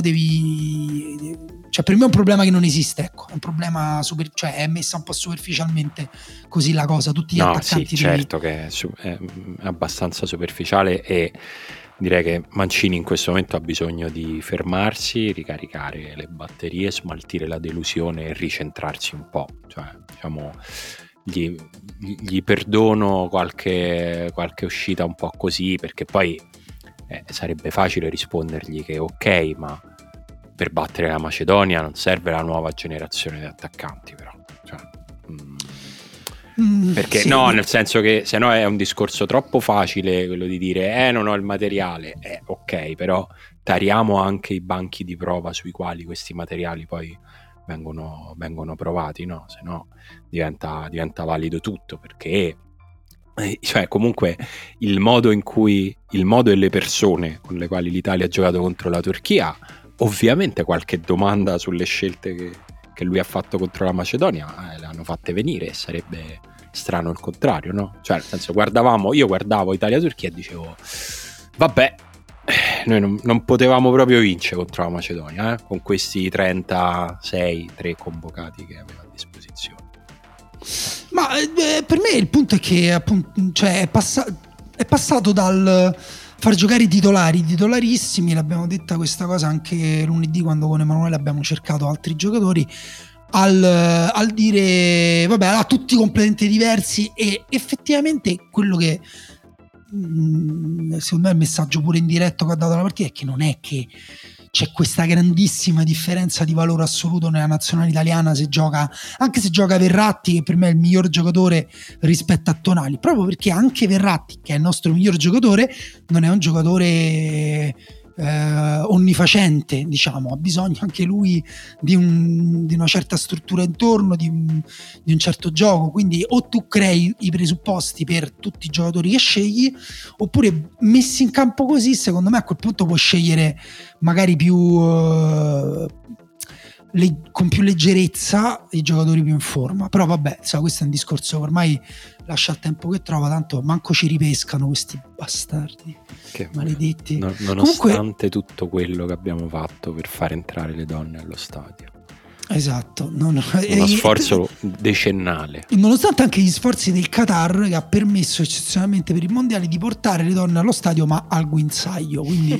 devi, cioè per me è un problema che non esiste, ecco, è un problema super, cioè è messa un po' superficialmente così la cosa, tutti gli no, attaccanti sì, devi... certo che è, su- è abbastanza superficiale, e direi che Mancini in questo momento ha bisogno di fermarsi, ricaricare le batterie, smaltire la delusione e ricentrarsi un po'. Cioè, diciamo, gli, gli perdono qualche, qualche uscita un po' così, perché poi eh, sarebbe facile rispondergli che ok, ma per battere la Macedonia non serve la nuova generazione di attaccanti, però cioè, mm, mm, perché sì. No, nel senso che se no è un discorso troppo facile quello di dire eh non ho il materiale, eh, ok, però tariamo anche i banchi di prova sui quali questi materiali poi vengono, vengono provati, no? Se no diventa, diventa valido tutto, perché eh, cioè comunque il modo in cui il modo e le persone con le quali l'Italia ha giocato contro la Turchia, ovviamente qualche domanda sulle scelte che, che lui ha fatto contro la Macedonia eh, le hanno fatte venire, e sarebbe strano il contrario, no? Cioè nel senso, guardavamo, io guardavo Italia-Turchia e dicevo vabbè, noi non, non potevamo proprio vincere contro la Macedonia eh, con questi trentasei tre convocati che aveva a disposizione. Ma eh, per me il punto è che appunto, cioè, è, passa- è passato dal far giocare i titolari, i titolarissimi, l'abbiamo detta questa cosa anche lunedì quando con Emanuele abbiamo cercato altri giocatori, al, al dire vabbè, ha tutti completamente diversi, e effettivamente quello che secondo me il messaggio pure indiretto che ha dato la partita è che non è che c'è questa grandissima differenza di valore assoluto nella nazionale italiana se gioca, anche se gioca Verratti, che per me è il miglior giocatore rispetto a Tonali, proprio perché anche Verratti, che è il nostro miglior giocatore, non è un giocatore eh, onnifacente, diciamo, ha bisogno anche lui di, un, di una certa struttura intorno, di un, di un certo gioco, quindi o tu crei i presupposti per tutti i giocatori che scegli, oppure messi in campo così, secondo me a quel punto puoi scegliere magari più uh, le, con più leggerezza i giocatori più in forma. Però vabbè, so, questo è un discorso che ormai lascia il tempo che trova, tanto manco ci ripescano questi bastardi che maledetti. No, nonostante Comunque, tutto quello che abbiamo fatto per far entrare le donne allo stadio, esatto, no, no. uno e, sforzo e, decennale, nonostante anche gli sforzi del Qatar, che ha permesso eccezionalmente per i mondiali di portare le donne allo stadio ma al guinzaglio, quindi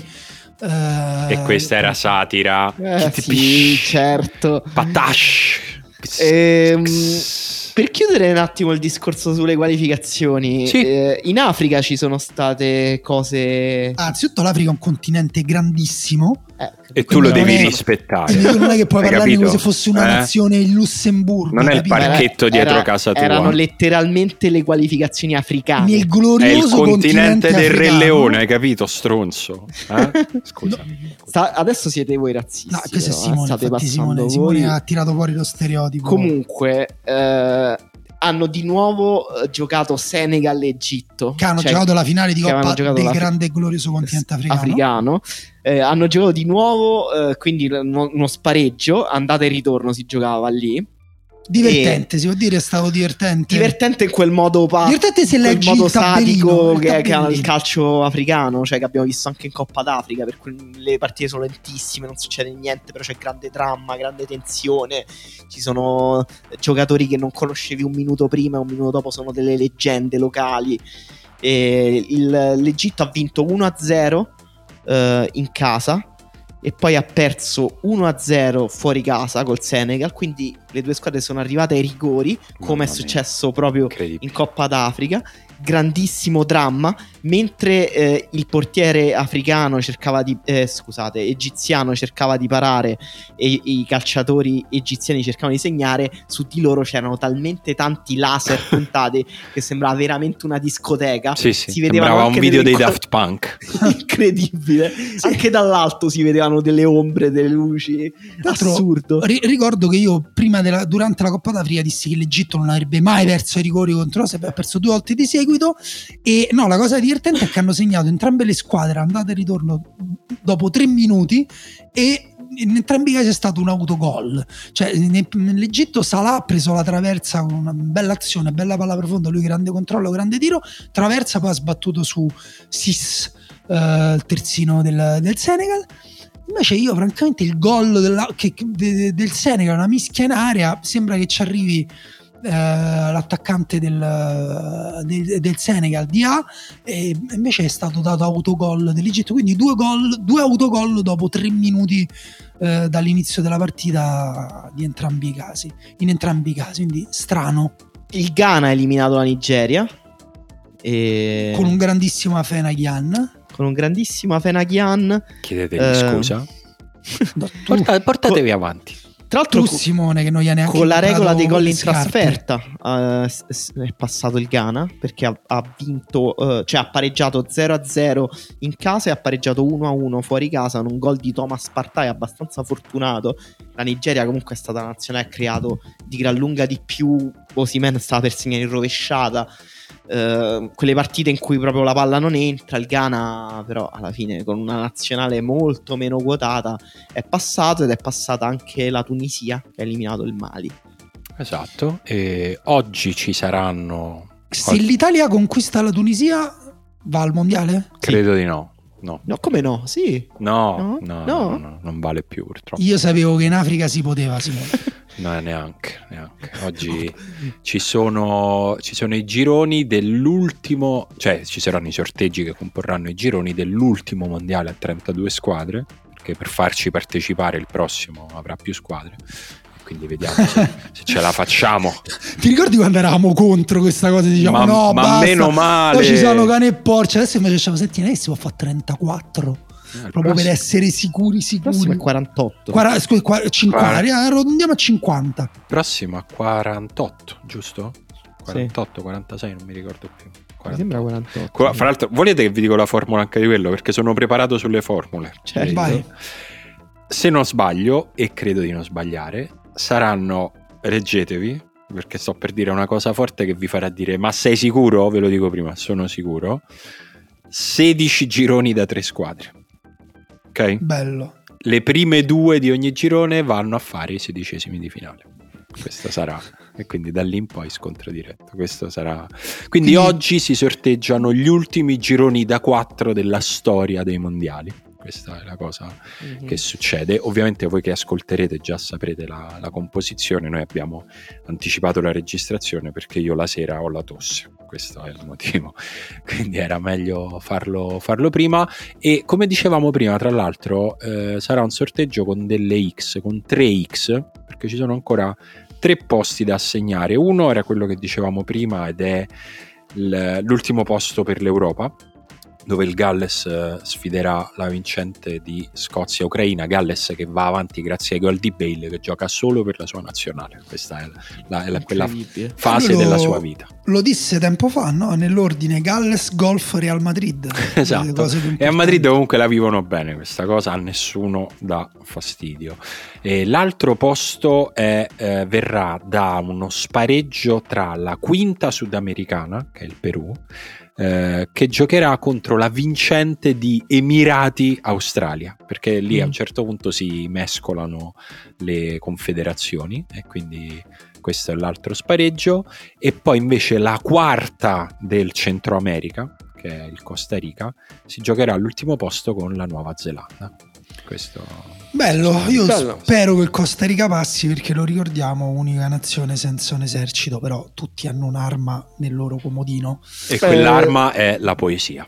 Uh, e questa era satira, eh, sì, certo. Patash. Ehm, per chiudere un attimo il discorso sulle qualificazioni, sì. eh, in Africa ci sono state cose. Ah, anzitutto l'Africa è un continente grandissimo, eh, e tu lo devi è, rispettare. Non è che puoi parlare capito? Come se fosse una eh? nazione il Lussemburgo. Non è il parchetto era, dietro era, casa tua. Erano letteralmente le qualificazioni africane. Nel glorioso è il continente, continente del africano. Re Leone, hai capito, stronzo? Eh? Scusa. No. Sta, adesso siete voi razzisti. No, questo però, è Simone, state infatti Simone, voi. Simone ha tirato fuori lo stereotipo. Comunque eh, hanno di nuovo uh, giocato Senegal e Egitto, che hanno cioè, giocato la finale di Coppa del la... grande e glorioso continente africano, africano. Eh, hanno giocato di nuovo, eh, quindi uno, uno spareggio, andata e ritorno si giocava lì. Divertente, e... si può dire, è stato divertente. Divertente in quel modo pa- divertente se leggi modo il sadico il che, che ha il calcio africano, cioè che abbiamo visto anche in Coppa d'Africa, per cui le partite sono lentissime, non succede niente, però c'è grande dramma, grande tensione, ci sono giocatori che non conoscevi un minuto prima e un minuto dopo sono delle leggende locali. E il, l'Egitto ha vinto uno a zero eh, in casa e poi ha perso uno a zero fuori casa col Senegal, quindi le due squadre sono arrivate ai rigori, come è successo proprio in Coppa d'Africa. Grandissimo dramma, mentre eh, il portiere africano cercava di eh, scusate, egiziano cercava di parare e i calciatori egiziani cercavano di segnare, su di loro c'erano talmente tanti laser puntati che sembrava veramente una discoteca. Sì, sì, si vedeva sembrava un video dei co- Daft Punk. Incredibile. Sì. Anche dall'alto si vedevano delle ombre, delle luci. Assurdo. Ri- ricordo che io prima della, durante la Coppa d'Africa dissi che l'Egitto non avrebbe mai perso i rigori contro noi, aveva perso due volte di seguito. E no, la cosa divertente è che hanno segnato entrambe le squadre andata e ritorno dopo tre minuti, e in entrambi i casi è stato un autogol. Cioè nell'Egitto Salah ha preso la traversa con una bella azione, bella palla profonda, lui grande controllo, grande tiro, traversa, poi ha sbattuto su Sis, eh, il terzino del, del Senegal. Invece io francamente il gol della, che, de, del Senegal, una mischia in area, sembra che ci arrivi Uh, l'attaccante del, del, del Senegal di A, e invece è stato dato autogol dell'Egitto, quindi due gol, due autogol dopo tre minuti uh, dall'inizio della partita di entrambi i casi, in entrambi i casi, quindi strano, il Ghana ha eliminato la Nigeria e... con un grandissimo Afena Gyan. Con un grandissimo Afena Gyan. Chiedetegli eh... scusa. No, Porta, portatevi con... avanti. Tra l'altro, tu, Simone, che non gli ha neanche con la regola dei gol in scarpe. trasferta uh, è passato il Ghana, perché ha, ha vinto, uh, cioè ha pareggiato zero a zero in casa e ha pareggiato uno a uno fuori casa, con un gol di Thomas Partey abbastanza fortunato. La Nigeria comunque è stata la nazionale che ha creato di gran lunga di più. Osimhen stava per segnare in rovesciata. Uh, quelle partite in cui proprio la palla non entra, il Ghana però alla fine con una nazionale molto meno quotata è passato, ed è passata anche la Tunisia che ha eliminato il Mali. Esatto. E oggi ci saranno, se l'Italia conquista la Tunisia va al mondiale? Credo sì. di no. No. No, come no? Sì. No, No? no, no, No? no, no, non vale più purtroppo. Io sapevo che in Africa si poteva, Simone. No, neanche, neanche. Oggi ci sono, ci sono i gironi dell'ultimo, cioè ci saranno i sorteggi che comporranno i gironi dell'ultimo mondiale a trentadue squadre, perché per farci partecipare il prossimo avrà più squadre. Quindi vediamo se, se ce la facciamo. Ti ricordi quando eravamo contro questa cosa? Diciamo ma, no, ma basta, meno male. poi ci sono cane e porci. Adesso invece diciamo, senti, lei si può fare trentaquattro. Eh, proprio prossimo, per essere sicuri sicuri. Prossimo è quarantotto. Quaranta, scusa, qua, cinquanta, arrotondiamo a cinquanta. Prossimo a quarantotto, giusto? quarantotto, sì. quarantasei, non mi ricordo più. Mi sembra quarantotto. Qua, fra l'altro, volete che vi dico la formula anche di quello? Perché sono preparato sulle formule. Certo. Vai. Se non sbaglio, e credo di non sbagliare, saranno, reggetevi, perché sto per dire una cosa forte che vi farà dire ma sei sicuro? Ve lo dico prima, sono sicuro. sedici gironi da tre squadre. Ok? Bello. Le prime due di ogni girone vanno a fare i sedicesimi di finale. Questa sarà, e quindi da lì in poi scontro diretto. Questo sarà. Quindi, quindi oggi si sorteggiano gli ultimi gironi da quattro della storia dei mondiali. Questa è la cosa mm-hmm. che succede. Ovviamente voi che ascolterete già saprete la, la composizione. Noi abbiamo anticipato la registrazione perché io la sera ho la tosse. Questo è il motivo. Quindi era meglio farlo, farlo prima. E come dicevamo prima, tra l'altro, eh, sarà un sorteggio con delle X, con tre X, perché ci sono ancora tre posti da assegnare. Uno era quello che dicevamo prima ed è l'ultimo posto per l'Europa, dove il Galles uh, sfiderà la vincente di Scozia-Ucraina. Galles che va avanti grazie ai gol di Bale, che gioca solo per la sua nazionale. Questa è, la, è la, quella fase lo, della sua vita. Lo disse tempo fa, no? Nell'ordine Galles, Golf, Real Madrid. Esatto. E a Madrid comunque la vivono bene questa cosa, a nessuno dà fastidio. E l'altro posto è, eh, verrà da uno spareggio tra la quinta sudamericana, che è il Perù, Eh, che giocherà contro la vincente di Emirati-Australia, perché lì mm. a un certo punto si mescolano le confederazioni e quindi questo è l'altro spareggio. E poi invece la quarta del Centro America, che è il Costa Rica, si giocherà all'ultimo posto con la Nuova Zelanda. Questo bello, io bello. Spero che il Costa Rica passi, perché lo ricordiamo, unica nazione senza un esercito, però tutti hanno un'arma nel loro comodino e quell'arma eh... è la poesia.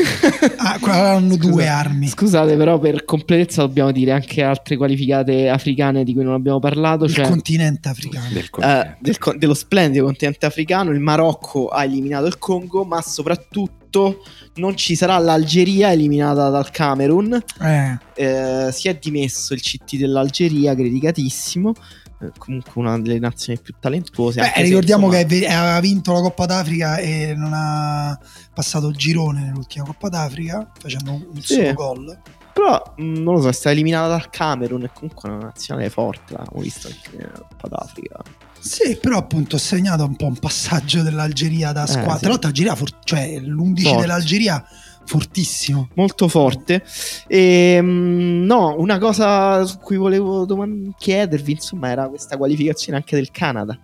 Ah, qua hanno Scusa, due armi. Scusate, però per completezza dobbiamo dire anche altre qualificate africane di cui non abbiamo parlato. Il cioè, continente africano, del continente. Uh, del, dello splendido continente africano. Il Marocco ha eliminato il Congo, ma soprattutto non ci sarà l'Algeria eliminata dal Camerun. eh. Eh, si è dimesso il C T dell'Algeria, criticatissimo. Eh, comunque una delle nazioni più talentuose. Beh, ricordiamo se, insomma, che aveva vinto la Coppa d'Africa e non ha passato il girone nell'ultima Coppa d'Africa facendo un sì. solo gol. Però mh, non lo so, è stata eliminata dal Camerun e comunque è una nazionale forte, l'abbiamo visto anche nella Coppa d'Africa. Sì, però appunto ho segnato un po' un passaggio dell'Algeria da squadra. Eh, sì. Tra l'altro Algeria, for- cioè l'undici forte. dell'Algeria fortissimo, molto forte. E mh, no, una cosa su cui volevo domand- chiedervi, insomma, era questa qualificazione anche del Canada,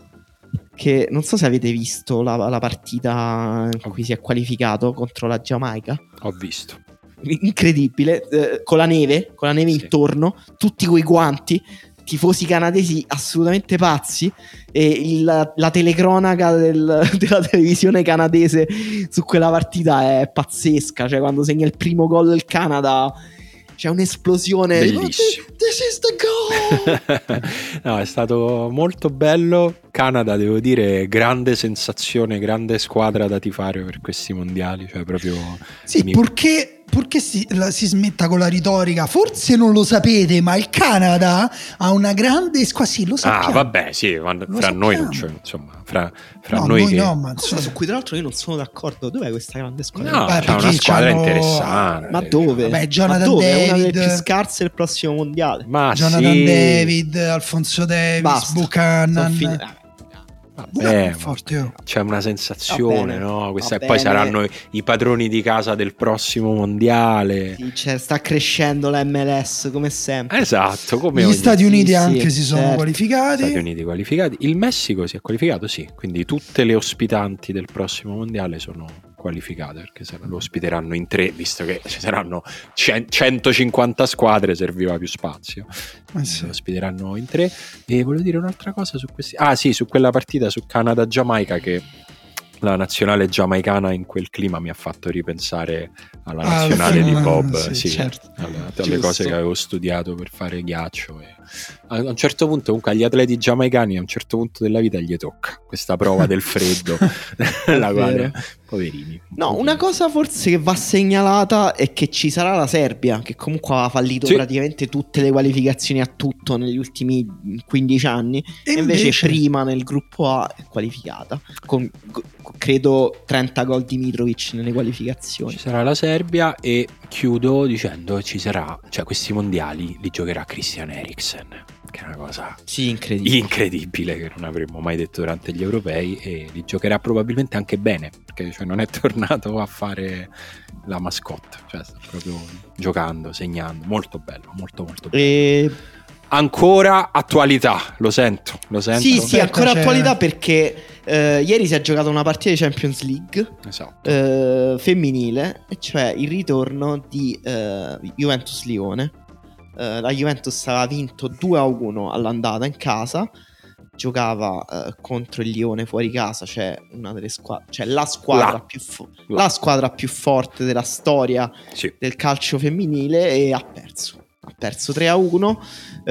che non so se avete visto la, la partita in cui si è qualificato contro la Giamaica. Ho visto. Incredibile, eh, con la neve, con la neve sì. intorno, tutti coi guanti, tifosi canadesi assolutamente pazzi, e il, la, la telecronaca del, della televisione canadese su quella partita è pazzesca. Cioè, quando segna il primo gol del Canada c'è un'esplosione. Bellissimo. This is the goal. No, è stato molto bello. Canada, devo dire, grande sensazione, grande squadra da tifare per questi mondiali, cioè proprio sì, mi... perché, perché si, la, si smetta con la retorica, forse non lo sapete, ma il Canada ha una grande squadra, sì, lo sappiamo. Ah, vabbè, sì, ma Lo fra sappiamo. noi non c'è, insomma, fra, fra no, noi, noi che... no, ma Cosa su cui tra l'altro io non sono d'accordo. Dov'è questa grande squadra? No, Beh, c'è una perché squadra c'hanno- interessante. Ma dove? Vabbè, Jonathan Ma dove? È una delle David. più scarse del prossimo mondiale. Ma Jonathan sì. David, Alfonso Davis, Basta. Sono Buchanan. fini- ah, Vabbè, Buchanan è ma forte, oh. c'è una Va sensazione, bene, no? Questa, va e poi bene. saranno i padroni di casa del prossimo mondiale. sì, cioè, sta crescendo la M L S come sempre. Esatto, come Gli ogni... Stati Uniti sì, anche sì, si sono certo. qualificati. Stati Uniti qualificati. Il Messico si è qualificato, sì. Quindi tutte le ospitanti del prossimo mondiale sono qualificate, perché se lo ospiteranno in tre, visto che ci saranno cen- centocinquanta squadre, serviva più spazio. Eh sì. Lo ospiteranno in tre. E volevo dire un'altra cosa su questi. Ah, sì, su quella partita su Canada-Giamaica, che la nazionale giamaicana in quel clima mi ha fatto ripensare alla Ah, nazionale di ah, Bob, sì, sì, certo. alle, alle Giusto. cose che avevo studiato per fare ghiaccio. E a un certo punto, comunque, agli atleti giamaicani a un certo punto della vita gli tocca questa prova del freddo, la quale, vero. poverini. No, una cosa forse che va segnalata è che ci sarà la Serbia, che comunque ha fallito Sì. praticamente tutte le qualificazioni a tutto negli ultimi quindici anni. E E invece, invece- prima nel gruppo A è qualificata con con, credo trenta gol di Mitrovic nelle qualificazioni. Ci sarà la Serbia e chiudo dicendo ci sarà, cioè questi mondiali li giocherà Christian Eriksen, che è una cosa Sì, incredibile. incredibile che non avremmo mai detto durante gli europei, e li giocherà probabilmente anche bene, perché cioè, non è tornato a fare la mascotte, cioè sta proprio giocando, segnando, molto bello, molto molto bello. E... Ancora attualità, lo sento, lo sento. Sì, sì, Aspetta, ancora c'è- attualità perché eh, ieri si è giocata una partita di Champions League Esatto. eh, femminile, e cioè il ritorno di eh, Juventus-Lione. Eh, la Juventus aveva vinto due a uno all'andata in casa, giocava eh, contro il Lione fuori casa, cioè una delle squadre, cioè la squadra La. più fo- La. la squadra più forte della storia Sì. del calcio femminile, e ha perso. Ha perso tre a uno, eh,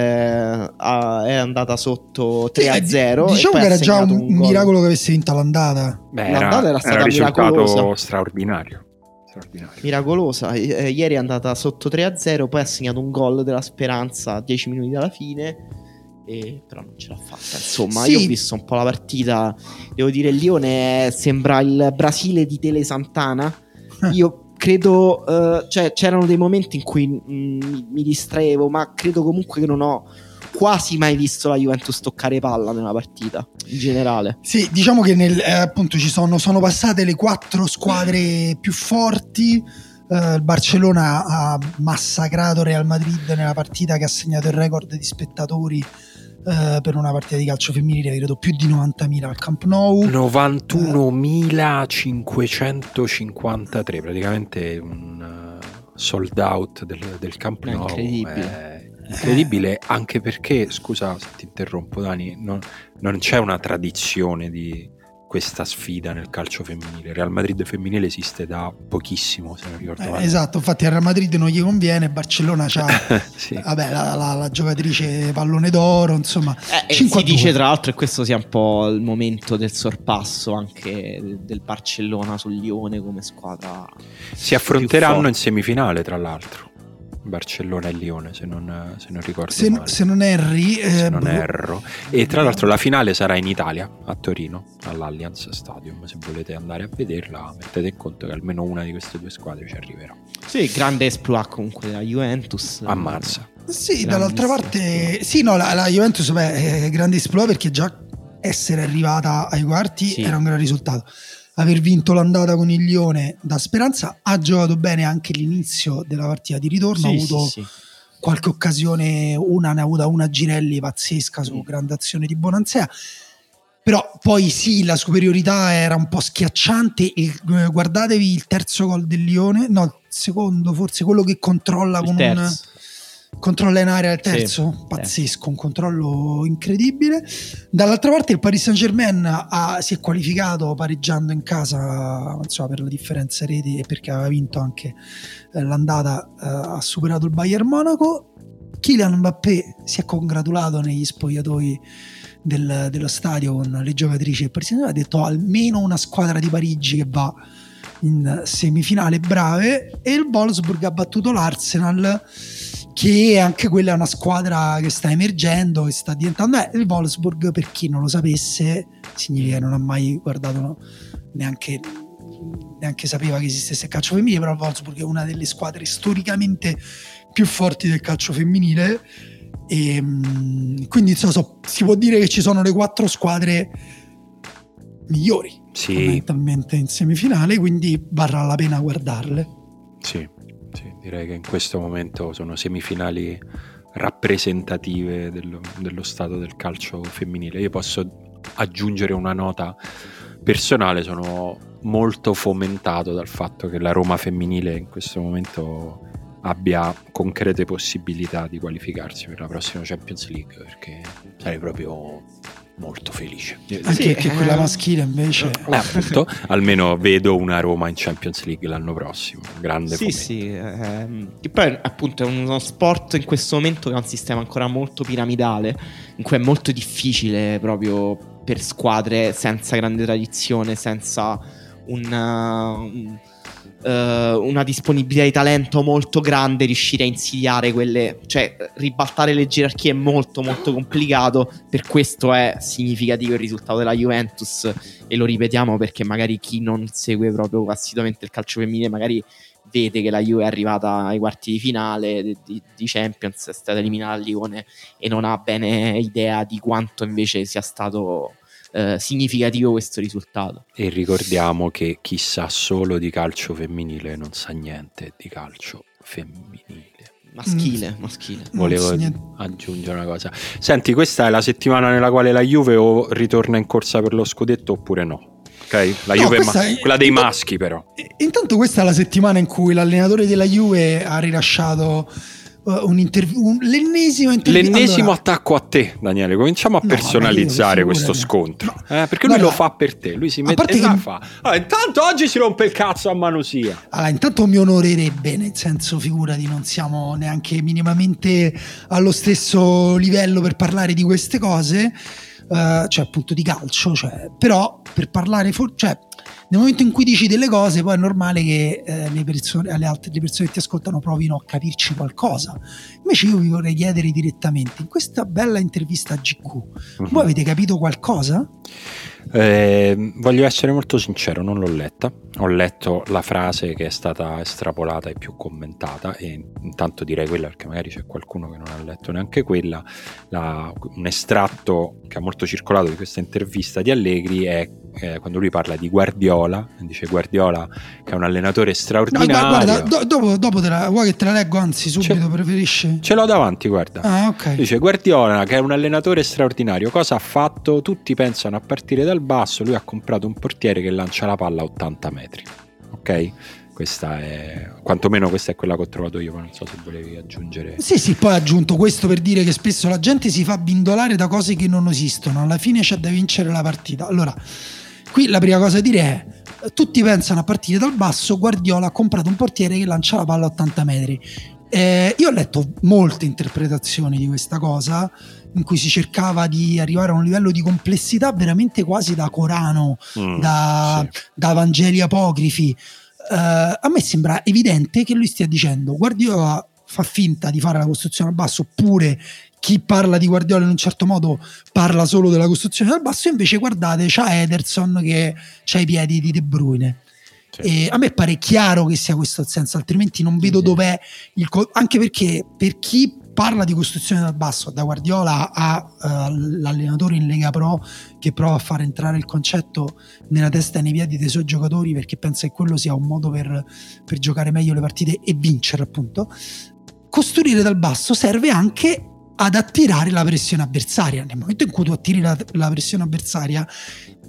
ha- è andata sotto tre a zero. Diciamo e che poi ha era già un, segnato gol. miracolo che avesse vinto l'andata. Beh, L'andata era, era stata un risultato miracolosa. straordinario. straordinario. Miracolosa. Eh, eh, ieri è andata sotto tre a zero, poi ha segnato un gol della speranza a dieci minuti dalla fine, e però non ce l'ha fatta. Insomma, Sì. io ho visto un po' la partita. Devo dire, il Lione sembra il Brasile di Tele Santana. Io credo, eh, cioè c'erano dei momenti in cui mh, mi distraevo, ma credo comunque che non ho quasi mai visto la Juventus toccare palla nella partita in generale. Sì, diciamo che nel, eh, appunto ci sono, sono passate le quattro squadre più forti. Eh, il Barcellona ha massacrato Real Madrid nella partita che ha segnato il record di spettatori eh, per una partita di calcio femminile, credo più di novantamila al Camp Nou. novantunomilacinquecentocinquantatré, praticamente un uh, sold out del, del Camp È Nou. incredibile. È incredibile, anche perché, scusa se ti interrompo Dani, non, non c'è una tradizione di questa sfida nel calcio femminile. Real Madrid femminile esiste da pochissimo, se non ricordo Eh, male. esatto, infatti al Real Madrid non gli conviene, Barcellona c'ha Sì. vabbè, la, la- la giocatrice pallone d'oro, insomma. Eh, e cinque a si dice due. tra l'altro che questo sia un po' il momento del sorpasso anche del- del Barcellona sul Lione come squadra. Si affronteranno forte. in semifinale, tra l'altro, Barcellona e Lione, se non, se non ricordo Se, male. se non erri, eh, se non boh. erro. E tra l'altro la finale sarà in Italia, a Torino, all'Allianz Stadium. Se volete andare a vederla, mettete in conto che almeno una di queste due squadre ci arriverà. Sì, grande esploit comunque della Juventus. Ammazza. Sì, Grandissimo. dall'altra parte, sì, no, la, la Juventus beh, è grande esploit perché già essere arrivata ai quarti Sì. era un gran risultato. Aver vinto l'andata con il Lione da speranza, ha giocato bene anche l'inizio della partita di ritorno, ha Sì, avuto sì, sì. qualche occasione, una ne ha avuta una Girelli pazzesca su Mm. grande azione di Bonansea, però poi sì, la superiorità era un po' schiacciante. Il- eh, guardatevi il terzo gol del Lione, no, il secondo forse, quello che controlla Il con un... terzo. controlla in area al terzo, sì, pazzesco, un controllo incredibile. Dall'altra parte il Paris Saint-Germain ha, si è qualificato pareggiando in casa, insomma, per la differenza reti e perché aveva vinto anche eh, l'andata, eh, ha superato il Bayern Monaco. Kylian Mbappé si è congratulato negli spogliatoi del, dello stadio con le giocatrici del Paris Saint-Germain, ha detto almeno una squadra di Parigi che va in semifinale brave, e il Wolfsburg ha battuto l'Arsenal, che anche quella è una squadra che sta emergendo, che sta diventando eh, il Wolfsburg, per chi non lo sapesse, significa che non ha mai guardato, no, neanche neanche sapeva che esistesse il calcio femminile, però il Wolfsburg è una delle squadre storicamente più forti del calcio femminile, e quindi so, so, si può dire che ci sono le quattro squadre migliori, sì, fondamentalmente in semifinale, quindi varrà la pena guardarle. Sì, sì, direi che in questo momento sono semifinali rappresentative dello, dello stato del calcio femminile. Io posso aggiungere una nota personale: sono molto fomentato dal fatto che la Roma femminile in questo momento abbia concrete possibilità di qualificarsi per la prossima Champions League, perché sarei proprio molto felice. Anche sì, perché eh, quella maschile invece eh, appunto, almeno vedo una Roma in Champions League l'anno prossimo, grande sì fomento. sì ehm, che poi appunto è uno sport in questo momento che ha un sistema ancora molto piramidale, in cui è molto difficile proprio per squadre senza grande tradizione, senza una, un, uh, una disponibilità di talento molto grande, riuscire a insidiare quelle, cioè ribaltare le gerarchie è molto molto complicato. Per questo è significativo il risultato della Juventus, e lo ripetiamo perché magari chi non segue proprio assiduamente il calcio femminile magari vede che la Juve è arrivata ai quarti di finale di, di, di Champions, è stata eliminata al Lione, e non ha bene idea di quanto invece sia stato Eh, significativo questo risultato. E ricordiamo che chi sa solo di calcio femminile non sa niente di calcio femminile. Maschile, mm. maschile. Volevo aggiungere una cosa. Senti, questa è la settimana nella quale la Juve o ritorna in corsa per lo scudetto oppure no? Ok? La no, Juve, ma- è, quella dei intanto, maschi però. Intanto questa è la settimana in cui l'allenatore della Juve ha rilasciato Un interv- un, l'ennesimo intervista. L'ennesimo allora, attacco a te, Daniele. Cominciamo a no, personalizzare io, questo scontro, no, eh, perché lui guarda, lo fa per te. Lui si mette là e che... fa. Allora, intanto oggi si rompe il cazzo a Manusia. Allora, intanto mi onorerebbe, nel senso, figurati, non siamo neanche minimamente allo stesso livello per parlare di queste cose, uh, cioè appunto di calcio, cioè, però per parlare, for- cioè nel momento in cui dici delle cose, poi è normale che eh, le persone, alle altre le persone che ti ascoltano provino a capirci qualcosa. Invece io vi vorrei chiedere direttamente, in questa bella intervista a G Q, uh-huh. voi avete capito qualcosa? Eh, voglio essere molto sincero, non l'ho letta. Ho letto la frase che è stata estrapolata e più commentata, e intanto direi quella perché magari c'è qualcuno che non ha letto neanche quella. La, un estratto che ha molto circolato di questa intervista di Allegri è eh, quando lui parla di Guardiola, dice Guardiola che è un allenatore straordinario. No, guarda, do, dopo, dopo te la, vuoi che te la leggo, anzi subito, ce, preferisci? Ce l'ho davanti, guarda. Ah, ok. Dice Guardiola che è un allenatore straordinario, cosa ha fatto? Tutti pensano a partire dal basso, lui ha comprato un portiere che lancia la palla a ottanta metri. Ok? Questa è, quantomeno questa è quella che ho trovato io, ma non so se volevi aggiungere. Sì, sì, poi ho aggiunto questo per dire che spesso la gente si fa bindolare da cose che non esistono, alla fine c'è da vincere la partita. Allora, qui la prima cosa da dire è: tutti pensano a partire dal basso, Guardiola ha comprato un portiere che lancia la palla a ottanta metri. Eh, io ho letto molte interpretazioni di questa cosa, in cui si cercava di arrivare a un livello di complessità veramente quasi da Corano, mm, da, sì. da Vangeli apocrifi. Uh, a me sembra evidente che lui stia dicendo Guardiola fa finta di fare la costruzione al basso, oppure chi parla di Guardiola in un certo modo parla solo della costruzione dal basso, invece guardate, c'ha Ederson che c'ha i piedi di De Bruyne. Sì. E a me pare chiaro che sia questo il senso, altrimenti non vedo sì. dov'è il co- anche perché per chi parla di costruzione dal basso, da Guardiola a uh, l'allenatore in Lega Pro che prova a far entrare il concetto nella testa e nei piedi dei suoi giocatori perché pensa che quello sia un modo per, per giocare meglio le partite e vincere, appunto. Costruire dal basso serve anche ad attirare la pressione avversaria. Nel momento in cui tu attiri la, la pressione avversaria,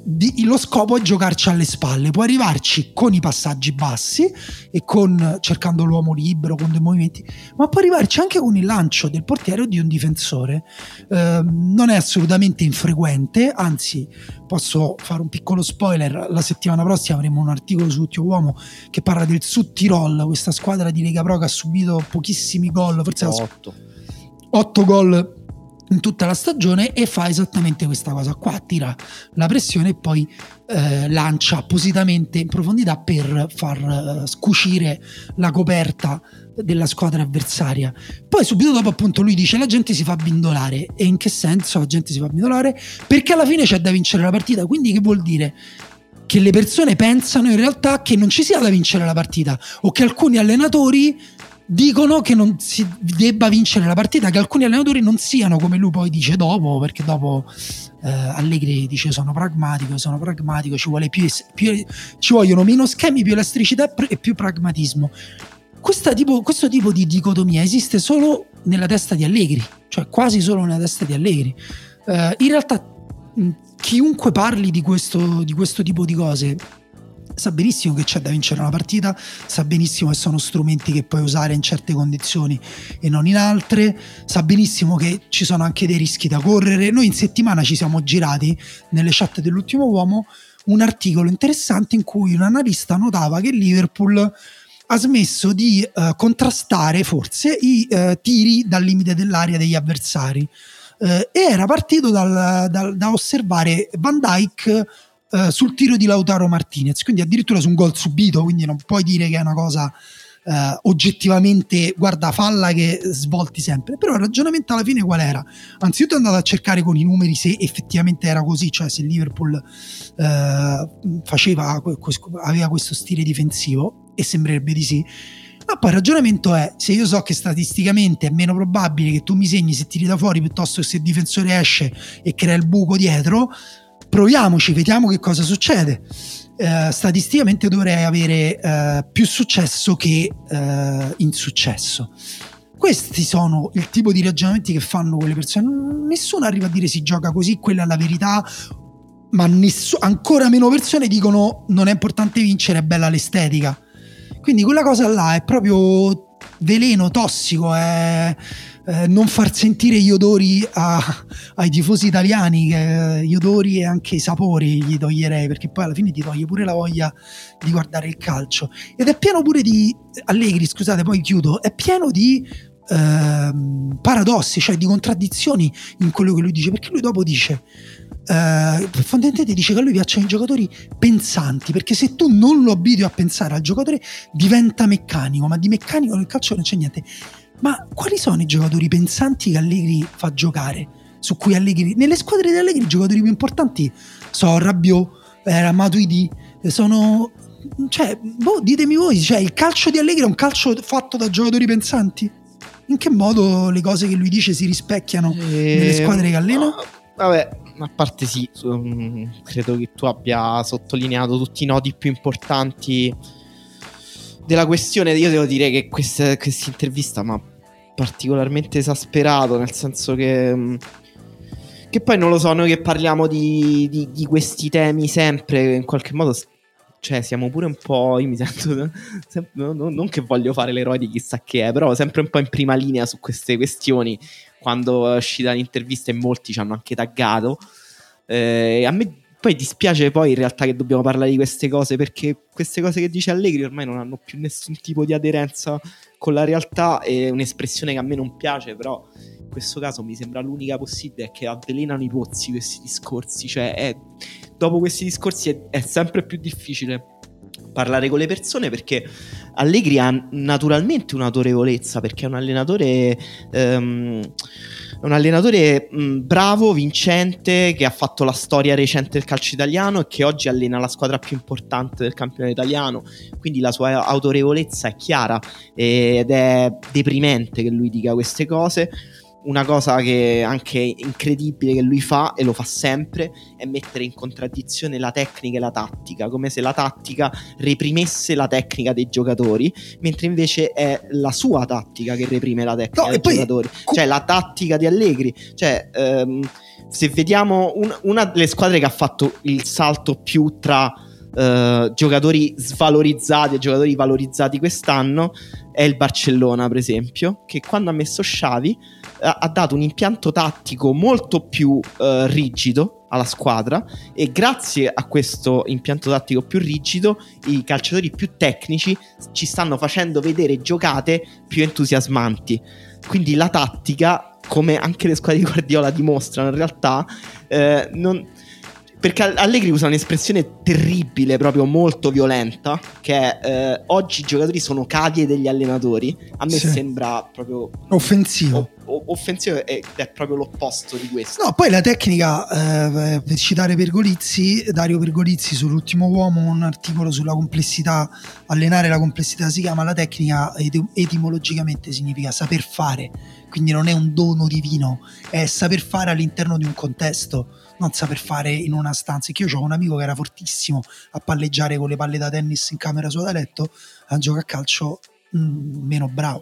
di, lo scopo è giocarci alle spalle, può arrivarci con i passaggi bassi e con cercando l'uomo libero, con dei movimenti, ma può arrivarci anche con il lancio del portiere o di un difensore. Eh, non è assolutamente infrequente, anzi posso fare un piccolo spoiler: la settimana prossima avremo un articolo su Ultimo Uomo che parla del Südtirol, questa squadra di Lega Pro che ha subito pochissimi gol, forse otto otto gol in tutta la stagione, e fa esattamente questa cosa qua, tira la pressione e poi eh, lancia appositamente in profondità per far uh, scucire la coperta della squadra avversaria. Poi subito dopo appunto lui dice la gente si fa abbindolare. E in che senso la gente si fa abbindolare? Perché alla fine c'è da vincere la partita. Quindi che vuol dire? Che le persone pensano in realtà che non ci sia da vincere la partita, o che alcuni allenatori dicono che non si debba vincere la partita, che alcuni allenatori non siano, come lui poi dice dopo, perché dopo eh, Allegri dice sono pragmatico, sono pragmatico, ci vuole più, più ci vogliono meno schemi, più elasticità e più pragmatismo. Questa tipo, questo tipo di dicotomia esiste solo nella testa di Allegri, cioè quasi solo nella testa di Allegri. Eh, in realtà mh, chiunque parli di questo, di questo tipo di cose sa benissimo che c'è da vincere una partita, sa benissimo che sono strumenti che puoi usare in certe condizioni e non in altre, sa benissimo che ci sono anche dei rischi da correre. Noi in settimana ci siamo girati nelle chat dell'Ultimo Uomo un articolo interessante in cui un analista notava che Liverpool ha smesso di uh, contrastare forse i uh, tiri dal limite dell'area degli avversari, uh, e era partito dal, dal, da osservare Van Dijk Uh, sul tiro di Lautaro Martinez, quindi addirittura su un gol subito, quindi non puoi dire che è una cosa uh, oggettivamente guarda falla che svolti sempre. Però il ragionamento alla fine qual era? Anzitutto è andato a cercare con i numeri se effettivamente era così, cioè se Liverpool uh, faceva, aveva questo stile difensivo, e sembrerebbe di sì. Ma poi il ragionamento è: se io so che statisticamente è meno probabile che tu mi segni se tiri da fuori piuttosto che se il difensore esce e crea il buco dietro, proviamoci, vediamo che cosa succede. Uh, statisticamente dovrei avere uh, più successo che uh, insuccesso. Questi sono il tipo di ragionamenti che fanno quelle persone. Nessuno arriva a dire si gioca così, quella è la verità, ma nessu- ancora meno persone dicono non è importante vincere, è bella l'estetica. Quindi quella cosa là è proprio veleno tossico, è eh, non far sentire gli odori a, ai tifosi italiani, che gli odori e anche i sapori gli toglierei, perché poi alla fine ti toglie pure la voglia di guardare il calcio. Ed è pieno pure di Allegri, scusate, poi chiudo, è pieno di eh, paradossi, cioè di contraddizioni in quello che lui dice, perché lui dopo dice Uh, fondamentalmente dice che a lui piacciono i giocatori pensanti, perché se tu non lo abitui a pensare al giocatore diventa meccanico, ma di meccanico nel calcio non c'è niente. Ma quali sono i giocatori pensanti che Allegri fa giocare? Su cui Allegri, nelle squadre di Allegri i giocatori più importanti sono Rabiot, eh, Matuidi, sono, cioè, boh, ditemi voi, cioè il calcio di Allegri è un calcio fatto da giocatori pensanti? In che modo le cose che lui dice si rispecchiano e... nelle squadre che allena? No, vabbè, a parte sì, um, credo che tu abbia sottolineato tutti i nodi più importanti della questione. Io devo dire che questa intervista mi ha particolarmente esasperato, nel senso che um, che poi non lo so, noi che parliamo di, di, di questi temi sempre, in qualche modo, cioè siamo pure un po', io mi sento sempre, no, no, non che voglio fare l'eroe di chissà che è, però sempre un po' in prima linea su queste questioni. Quando è uscita l'intervista e molti ci hanno anche taggato, eh, a me poi dispiace poi in realtà che dobbiamo parlare di queste cose, perché queste cose che dice Allegri ormai non hanno più nessun tipo di aderenza con la realtà. È un'espressione che a me non piace, però in questo caso mi sembra l'unica possibile, è che avvelenano i pozzi questi discorsi. Cioè è, dopo questi discorsi è, è sempre più difficile parlare con le persone, perché Allegri ha naturalmente un'autorevolezza, perché è un allenatore um, un allenatore mh, bravo, vincente, che ha fatto la storia recente del calcio italiano e che oggi allena la squadra più importante del campionato italiano, quindi la sua autorevolezza è chiara, ed è deprimente che lui dica queste cose. Una cosa che è anche incredibile che lui fa, e lo fa sempre, è mettere in contraddizione la tecnica e la tattica, come se la tattica reprimesse la tecnica dei giocatori, mentre invece è la sua tattica che reprime la tecnica no, dei giocatori. Co- cioè la tattica di Allegri, cioè ehm, se vediamo un, una delle squadre che ha fatto il salto più tra uh, giocatori svalorizzati e giocatori valorizzati quest'anno è il Barcellona, per esempio, che quando ha messo Xavi ha, ha dato un impianto tattico molto più uh, rigido alla squadra, e grazie a questo impianto tattico più rigido i calciatori più tecnici ci stanno facendo vedere giocate più entusiasmanti. Quindi la tattica, come anche le squadre di Guardiola dimostrano in realtà, eh, non... perché Allegri usa un'espressione terribile, proprio molto violenta, che è eh, oggi i giocatori sono cavie degli allenatori. A me sì. sembra proprio offensivo o- o- offensivo ed è proprio l'opposto di questo. No, poi la tecnica, eh, per citare Pergolizzi, Dario Pergolizzi sull'Ultimo Uomo, un articolo sulla complessità, allenare la complessità, si chiama la tecnica, et- etimologicamente significa saper fare, quindi non è un dono divino, è saper fare all'interno di un contesto, non saper fare in una stanza. Che io ho un amico che era fortissimo a palleggiare con le palle da tennis in camera sua da letto, a giocare a calcio mh, meno bravo.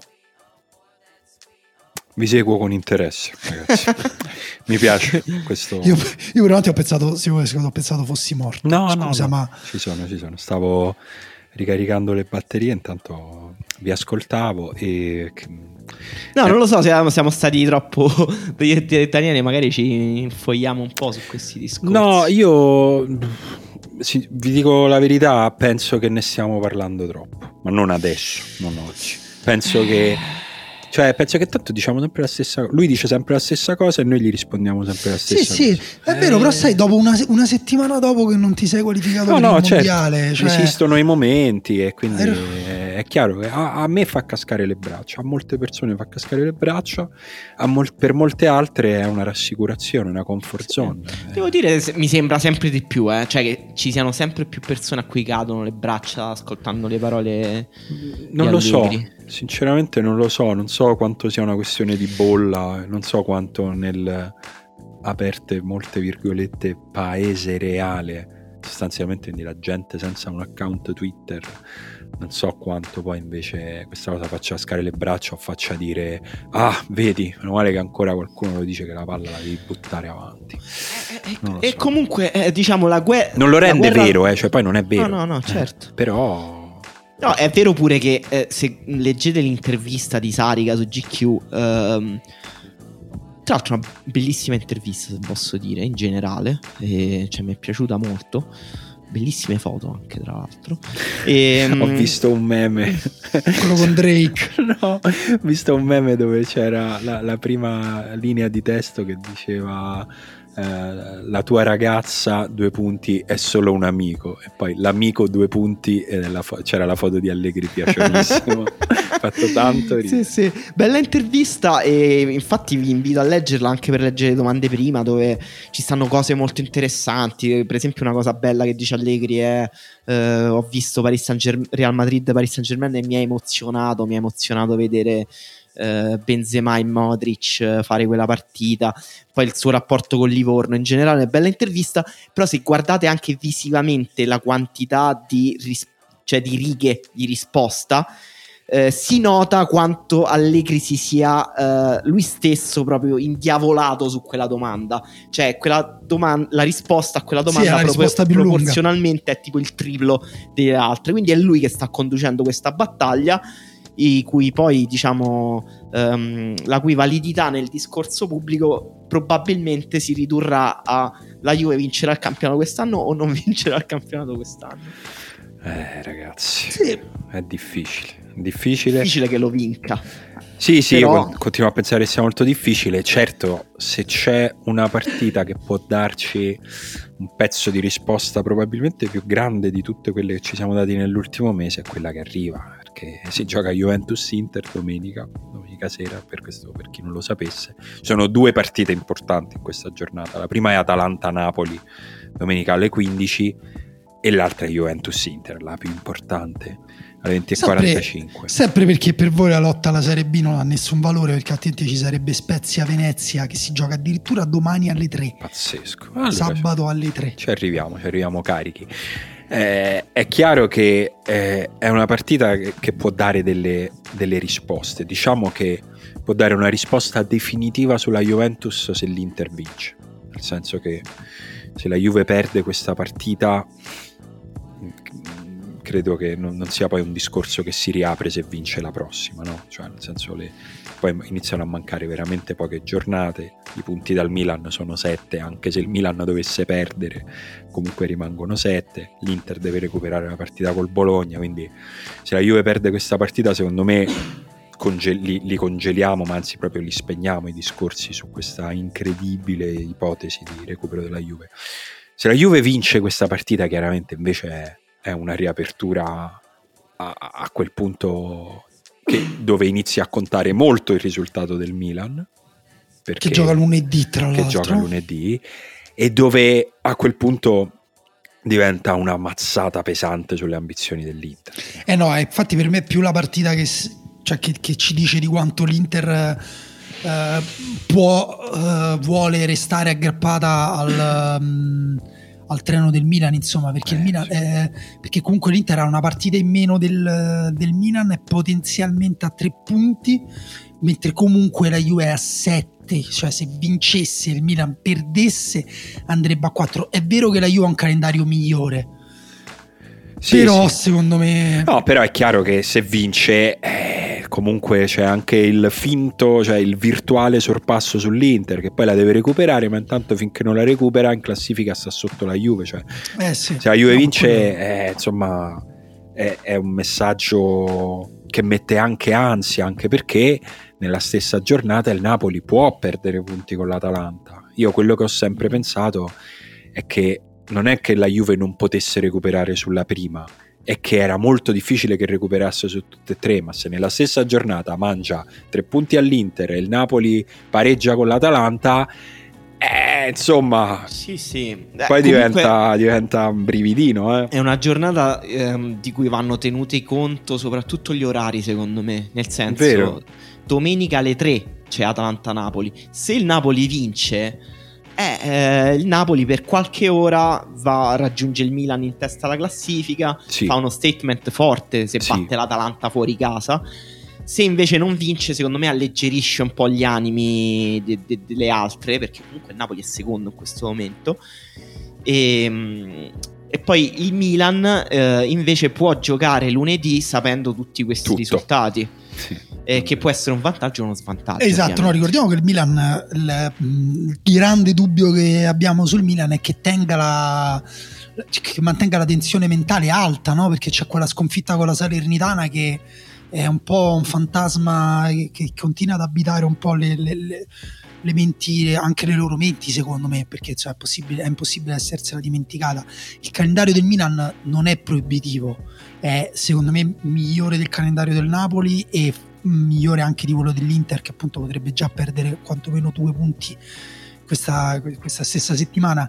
Vi seguo con interesse, ragazzi. Mi piace questo. Io, io per un attimo ho pensato, sì, ho pensato fossi morto. No, Scusa, no, no. ma Ci sono, ci sono. Stavo ricaricando le batterie, intanto vi ascoltavo e... No, eh. non lo so, siamo, siamo stati troppo italiani, magari ci infogliamo un po' su questi discorsi. No, io sì, vi dico la verità, penso che ne stiamo parlando troppo, ma non adesso, non oggi. Penso che Cioè, penso che tanto diciamo sempre la stessa cosa. Lui dice sempre la stessa cosa e noi gli rispondiamo sempre la stessa sì, cosa. Sì, sì, è eh... vero, però sai, dopo una, una settimana dopo che non ti sei qualificato no, per no, il certo, mondiale, cioè... esistono i momenti e quindi eh... è chiaro che a, a me fa cascare le braccia, a molte persone fa cascare le braccia, a mol- per molte altre è una rassicurazione, una comfort zone. Sì. Devo dire, mi sembra sempre di più, eh? Cioè che ci siano sempre più persone a cui cadono le braccia ascoltando le parole. Non lo so, sinceramente non lo so, non so quanto sia una questione di bolla, non so quanto nel aperte molte virgolette paese reale, sostanzialmente, quindi la gente senza un account Twitter, non so quanto poi invece questa cosa faccia cascare le braccia o faccia dire ah vedi, meno male che ancora qualcuno lo dice che la palla la devi buttare avanti. E, e so. comunque eh, diciamo la guerra non lo rende guerra... vero, eh, cioè poi non è vero. No, no, no, certo. Eh, però no, è vero pure che eh, se leggete l'intervista di Sarica su G Q, ehm, tra l'altro una bellissima intervista, se posso dire, in generale, e, cioè mi è piaciuta molto, bellissime foto anche tra l'altro. E, ho visto un meme quello con Drake. No, ho visto un meme dove c'era la, la prima linea di testo che diceva Uh, la tua ragazza due punti è solo un amico, e poi l'amico due punti e la fo- c'era la foto di Allegri piaciutissimo. Fatto tanto sì, sì. Bella intervista, e infatti vi invito a leggerla anche per leggere le domande prima, dove ci stanno cose molto interessanti. Per esempio una cosa bella che dice Allegri è uh, ho visto Paris Saint-Germain, Real Madrid Paris Saint-Germain e mi ha emozionato mi ha emozionato vedere Uh, Benzema e Modric uh, fare quella partita, poi il suo rapporto con Livorno. In generale è bella intervista, però se guardate anche visivamente la quantità di, ris- cioè di righe di risposta, uh, si nota quanto Allegri si sia uh, lui stesso proprio indiavolato su quella domanda. Cioè quella domanda, la risposta a quella domanda sì, proprio, proporzionalmente lunga. È tipo il triplo delle altre, quindi è lui che sta conducendo questa battaglia, i cui poi diciamo um, la cui validità nel discorso pubblico probabilmente si ridurrà a la Juve vincerà il campionato quest'anno o non vincerà il campionato quest'anno. Eh ragazzi, sì. È difficile, difficile difficile che lo vinca. Sì, sì, però... io continuo a pensare che sia molto difficile. Certo, se c'è una partita che può darci un pezzo di risposta probabilmente più grande di tutte quelle che ci siamo dati nell'ultimo mese, è quella che arriva, perché si gioca Juventus-Inter domenica, domenica sera, per questo, per chi non lo sapesse. Ci sono due partite importanti in questa giornata. La prima è Atalanta-Napoli, domenica alle quindici, e l'altra è Juventus-Inter, la più importante, alle venti e quarantacinque. Sempre perché per voi la lotta alla Serie B non ha nessun valore, perché altrimenti ci sarebbe Spezia-Venezia che si gioca addirittura domani alle tre. Pazzesco. Allora, sabato alle tre. Ci arriviamo, ci arriviamo carichi. Eh, è chiaro che eh, è una partita che, che può dare delle, delle risposte. Diciamo che può dare una risposta definitiva sulla Juventus se l'Inter vince. nel senso che se la Juve perde questa partita credo che non, non sia poi un discorso che si riapre se vince la prossima, no? Cioè nel senso le, poi iniziano a mancare veramente poche giornate, i punti dal Milan sono sette, anche se il Milan dovesse perdere comunque rimangono sette, l'Inter deve recuperare la partita col Bologna, quindi se la Juve perde questa partita secondo me conge- li, li congeliamo, ma anzi proprio li spegniamo i discorsi su questa incredibile ipotesi di recupero della Juve. Se la Juve vince questa partita chiaramente invece è è una riapertura a, a quel punto che, dove inizia a contare molto il risultato del Milan, che gioca lunedì tra l'altro, che gioca lunedì, e dove a quel punto diventa una mazzata pesante sulle ambizioni dell'Inter. Eh no, infatti per me è più la partita che, cioè che, che ci dice di quanto l'Inter eh, può eh, vuole restare aggrappata al um, al treno del Milan, insomma, perché eh, il Milan eh, perché comunque l'Inter ha una partita in meno del, del Milan, è potenzialmente a tre punti, mentre comunque la Juve è a sette, cioè se vincesse il Milan perdesse andrebbe a quattro. È vero che la Juve ha un calendario migliore, sì, però sì. Secondo me no, però è chiaro che se vince eh, comunque c'è anche il finto, cioè il virtuale sorpasso sull'Inter che poi la deve recuperare, ma intanto finché non la recupera in classifica sta sotto la Juve, cioè eh sì. se la Juve no, vince eh, insomma è, è un messaggio che mette anche ansia, anche perché nella stessa giornata il Napoli può perdere punti con l'Atalanta. Io quello che ho sempre pensato è che non è che la Juve non potesse recuperare sulla prima, è che era molto difficile che recuperasse su tutte e tre, ma se nella stessa giornata mangia tre punti all'Inter e il Napoli pareggia con l'Atalanta, eh, insomma sì, sì. poi diventa, diventa un brividino, eh. È una giornata ehm, di cui vanno tenuti conto soprattutto gli orari, secondo me, nel senso Vero. Domenica alle tre c'è Atalanta-Napoli, se il Napoli vince Eh, eh, il Napoli per qualche ora va, raggiunge il Milan in testa alla classifica, sì. fa uno statement forte se sì. batte l'Atalanta fuori casa. Se invece non vince, secondo me alleggerisce un po' gli animi de- de- delle altre, perché comunque il Napoli è secondo in questo momento. E, e poi il Milan eh, invece può giocare lunedì sapendo tutti questi Tutto. risultati. Sì. Eh, che può essere un vantaggio o uno svantaggio. Esatto, no, ricordiamo che il Milan, il, il grande dubbio che abbiamo sul Milan è che tenga la che mantenga la tensione mentale alta, no? Perché c'è quella sconfitta con la Salernitana che è un po' un fantasma che, che continua ad abitare un po' le, le, le, le menti, anche le loro menti, secondo me, perché cioè, è, possibile, è impossibile essersela dimenticata. Il calendario del Milan non è proibitivo, è secondo me migliore del calendario del Napoli e migliore anche di quello dell'Inter, che appunto potrebbe già perdere quantomeno due punti questa, questa stessa settimana.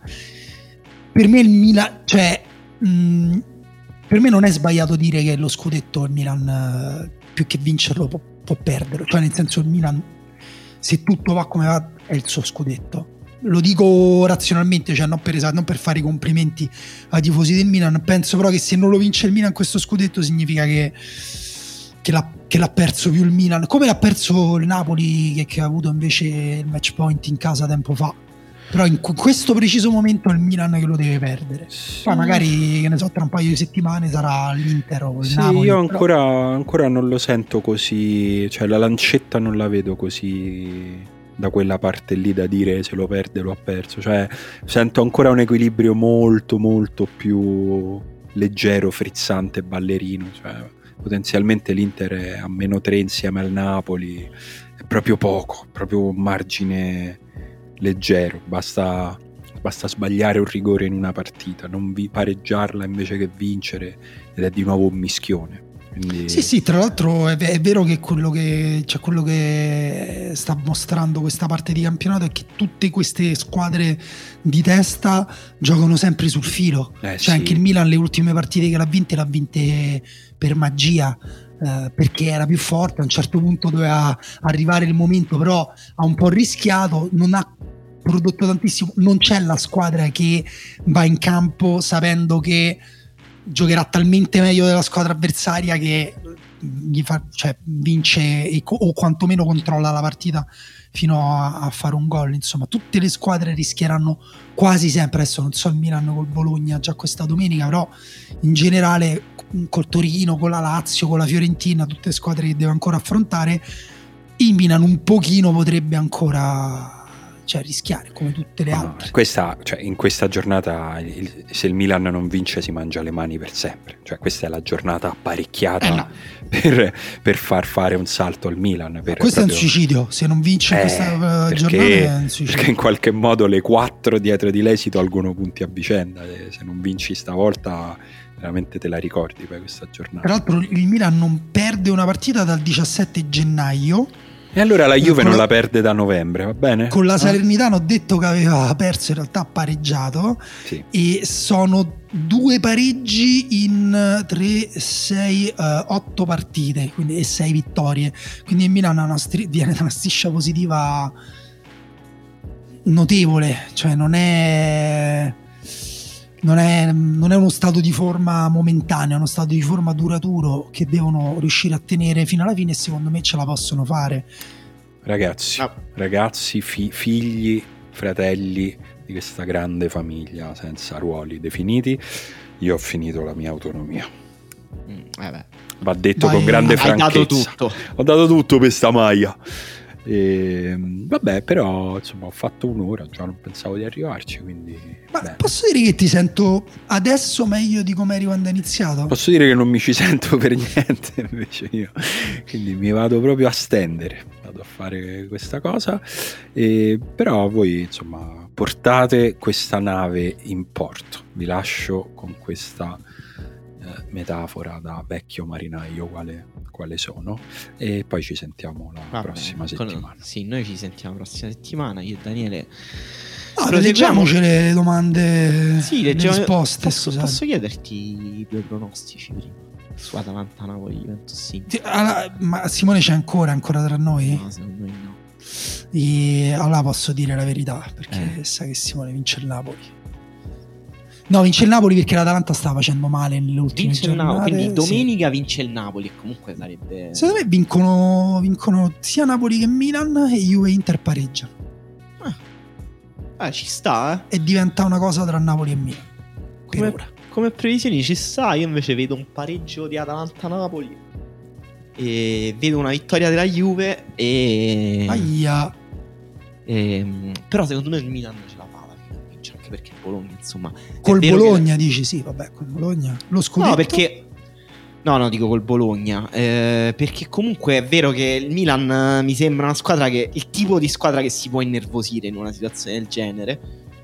Per me il Milan, cioè mh, per me non è sbagliato dire che lo scudetto il Milan più che vincerlo può, può perderlo, cioè nel senso il Milan se tutto va come va è il suo scudetto. Lo dico razionalmente, cioè non per, non per fare i complimenti ai tifosi del Milan, penso però che se non lo vince il Milan questo scudetto significa che Che l'ha, che l'ha perso più il Milan, come l'ha perso il Napoli che, che ha avuto invece il match point in casa tempo fa. Però in questo preciso momento è il Milan che lo deve perdere. Poi magari, che ne so, tra un paio di settimane sarà l'Inter o il sì, Napoli. io ancora, però... ancora non lo sento così, cioè la lancetta non la vedo così da quella parte lì da dire se lo perde lo ha perso, cioè sento ancora un equilibrio molto molto più leggero, frizzante, ballerino, cioè potenzialmente l'Inter è a meno tre insieme al Napoli, è proprio poco, proprio un margine leggero, basta, basta sbagliare un rigore in una partita, non vi pareggiarla invece che vincere ed è di nuovo un mischione. Quindi... Sì, sì, tra l'altro è, è vero che quello che, cioè quello che sta mostrando questa parte di campionato è che tutte queste squadre di testa giocano sempre sul filo, eh, cioè sì. Anche il Milan le ultime partite che l'ha vinte l'ha vinte per magia, eh, perché era più forte, a un certo punto doveva arrivare il momento, però ha un po' rischiato, non ha prodotto tantissimo, non c'è la squadra che va in campo sapendo che giocherà talmente meglio della squadra avversaria che gli fa, cioè, vince e, o quantomeno controlla la partita fino a, a fare un gol. Insomma, tutte le squadre rischieranno quasi sempre, adesso non so il Milan col Bologna già questa domenica, però in generale col Torino, con la Lazio, con la Fiorentina, tutte squadre che deve ancora affrontare, il Milan un pochino potrebbe ancora, cioè, rischiare come tutte le altre. No, questa, cioè, in questa giornata il, se il Milan non vince si mangia le mani per sempre, cioè questa è la giornata apparecchiata, eh no. per, per far fare un salto al Milan. Per questo proprio... è un suicidio, se non vince eh, questa perché, giornata è un suicidio, perché in qualche modo le quattro dietro di lei si tolgono punti a vicenda, se non vinci stavolta veramente te la ricordi poi questa giornata. Tra l'altro il Milan non perde una partita dal diciassette gennaio. E allora la Juve con non la, la perde da novembre, va bene? Con la Salernitana ho detto che aveva perso, in realtà ha pareggiato, sì. E sono due pareggi in tre, sei, otto partite, quindi, e sei vittorie. Quindi il Milan ha una stri- viene da una striscia positiva notevole, cioè non è... Non è, non è uno stato di forma momentaneo, è uno stato di forma duraturo che devono riuscire a tenere fino alla fine, e secondo me ce la possono fare. Ragazzi, no. ragazzi, fi- figli, fratelli di questa grande famiglia senza ruoli definiti, io ho finito la mia autonomia. Mm, eh beh. Va detto Vai, con grande hai franchezza. Dato tutto. Ho dato tutto per sta maglia. E, vabbè, però insomma ho fatto un'ora, già non pensavo di arrivarci, quindi ma bene. Posso dire che ti sento adesso meglio di come eri quando hai iniziato? Posso dire che non mi ci sento per niente invece io, quindi mi vado proprio a stendere, vado a fare questa cosa, e, però voi insomma portate questa nave in porto, vi lascio con questa eh, metafora da vecchio marinaio quale quale sono, e poi ci sentiamo la Va prossima bene, settimana. Con... Sì, noi ci sentiamo la prossima settimana. Io e Daniele. No, leggiamoci le domande, sì, le leggiamo... risposte. Posso, posso chiederti i due pronostici prima su Atalanta, Napoli, Juventus Inter? Allora, ma Simone c'è ancora ancora tra noi? No, secondo me no. E allora posso dire la verità, perché eh. sa che Simone vince il Napoli. No, vince il Napoli perché l'Atalanta stava facendo male nelle ultime vince giornate. Il Napoli, quindi domenica sì. Vince il Napoli, comunque sarebbe... Secondo me vincono, vincono sia Napoli che Milan, e Juve e Inter pareggiano. Eh, ci sta, eh. E diventa una cosa tra Napoli e Milan. Come, come previsioni ci sta. Io invece vedo un pareggio di Atalanta-Napoli e vedo una vittoria della Juve e... Aia. E... Però secondo me il Milan ce la fa alla fine, vince, anche perché il Bologna, insomma... Col Bologna che... dici? Sì, vabbè, col Bologna. Lo scudetto? No, perché... No, no, dico col Bologna, eh, perché comunque è vero che il Milan eh, mi sembra una squadra che... il tipo di squadra che si può innervosire in una situazione del genere.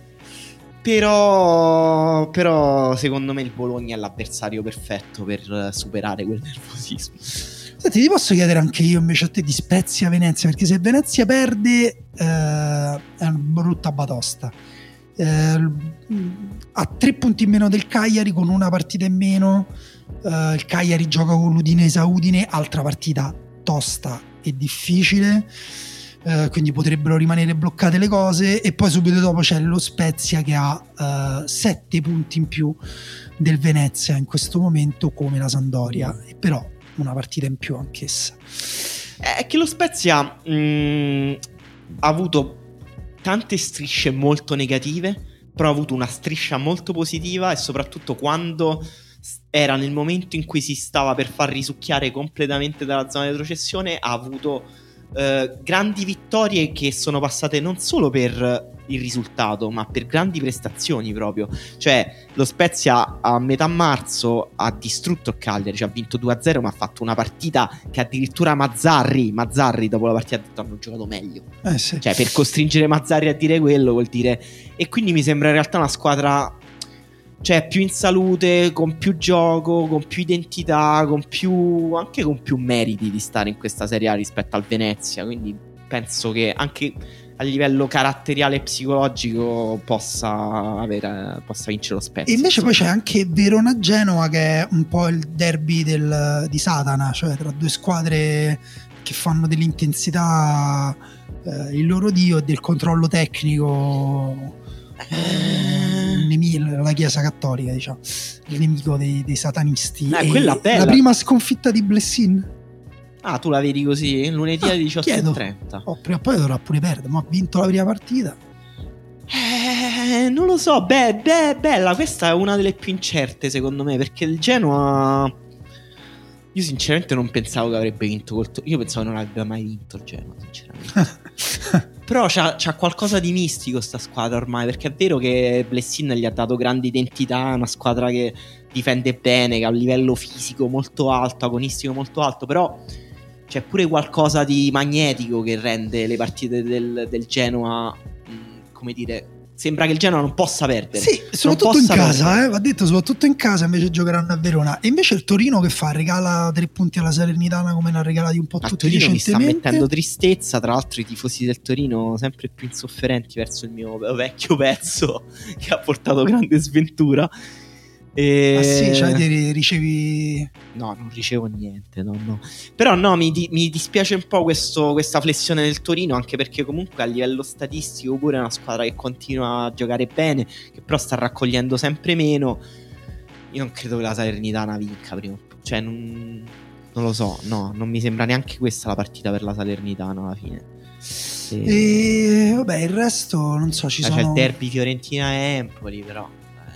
Però, però secondo me il Bologna è l'avversario perfetto per superare quel nervosismo. Senti, ti posso chiedere anche io invece a te di Spezia-Venezia, perché se Venezia perde eh, è una brutta batosta. Eh, ha tre punti in meno del Cagliari con una partita in meno. Uh, il Cagliari gioca con l'Udinese a Udine, altra partita tosta e difficile, uh, quindi potrebbero rimanere bloccate le cose, e poi subito dopo c'è lo Spezia che ha uh, sette punti in più del Venezia in questo momento, come la Sampdoria, e però una partita in più anch'essa. È che lo Spezia mh, ha avuto tante strisce molto negative, però ha avuto una striscia molto positiva, e soprattutto quando era nel momento in cui si stava per far risucchiare completamente dalla zona di retrocessione, ha avuto eh, grandi vittorie che sono passate non solo per il risultato, ma per grandi prestazioni proprio. Cioè lo Spezia a metà marzo ha distrutto il Cagliari, cioè ha vinto due a zero, ma ha fatto una partita che addirittura Mazzarri Mazzarri dopo la partita ha detto hanno giocato meglio, eh sì. Cioè per costringere Mazzarri a dire quello vuol dire. E quindi mi sembra in realtà una squadra, cioè, più in salute, con più gioco, con più identità, con più, anche con più meriti di stare in questa Serie A rispetto al Venezia. Quindi penso che anche a livello caratteriale e psicologico possa avere, possa vincere lo Spezia. E invece insomma. poi c'è anche Verona-Genova, che è un po' il derby del, di Satana, cioè tra due squadre che fanno dell'intensità eh, il loro dio e del controllo tecnico. Eh, la la Chiesa Cattolica, diciamo, il nemico dei, dei satanisti. Eh, E quella bella. La prima sconfitta di Blessin. Ah, tu la vedi così? Lunedì alle Ah, diciotto e chiedo. trenta. Oh, prima o poi dovrà pure perdere, ma ha vinto la prima partita. Eh, non lo so, beh, beh, bella, questa è una delle più incerte secondo me, perché il Genoa, io sinceramente non pensavo che avrebbe vinto col Torino. Io pensavo che non avrebbe mai vinto il Genoa, sinceramente. Però c'ha, c'ha qualcosa di mistico sta squadra ormai, perché è vero che Blessin gli ha dato grande identità, una squadra che difende bene, che ha un livello fisico molto alto, agonistico molto alto, però c'è pure qualcosa di magnetico che rende le partite del, del Genoa, mh, come dire, sembra che il Genoa non possa perdere. Sì, soprattutto Non in possa casa, perdere. eh, va detto, soprattutto in casa invece giocheranno a Verona. E invece il Torino che fa? Regala tre punti alla Salernitana come ne ha regalati un po' A tutti Torino mi sta recentemente. mettendo tristezza, tra l'altro i tifosi del Torino sempre più insofferenti verso il mio vecchio pezzo che ha portato grande sventura. E... Ah sì, cioè ti ricevi... No, non ricevo niente, no, no. Però no, mi, di- mi dispiace un po' questo, questa flessione del Torino, anche perché comunque a livello statistico pure è una squadra che continua a giocare bene, che però sta raccogliendo sempre meno. Io non credo che la Salernitana vinca prima o poi. Cioè non, non lo so, no, non mi sembra neanche questa la partita per la Salernitana alla fine. E... E vabbè, il resto non so, ci Eh, sono... c'è il derby Fiorentina-Empoli però.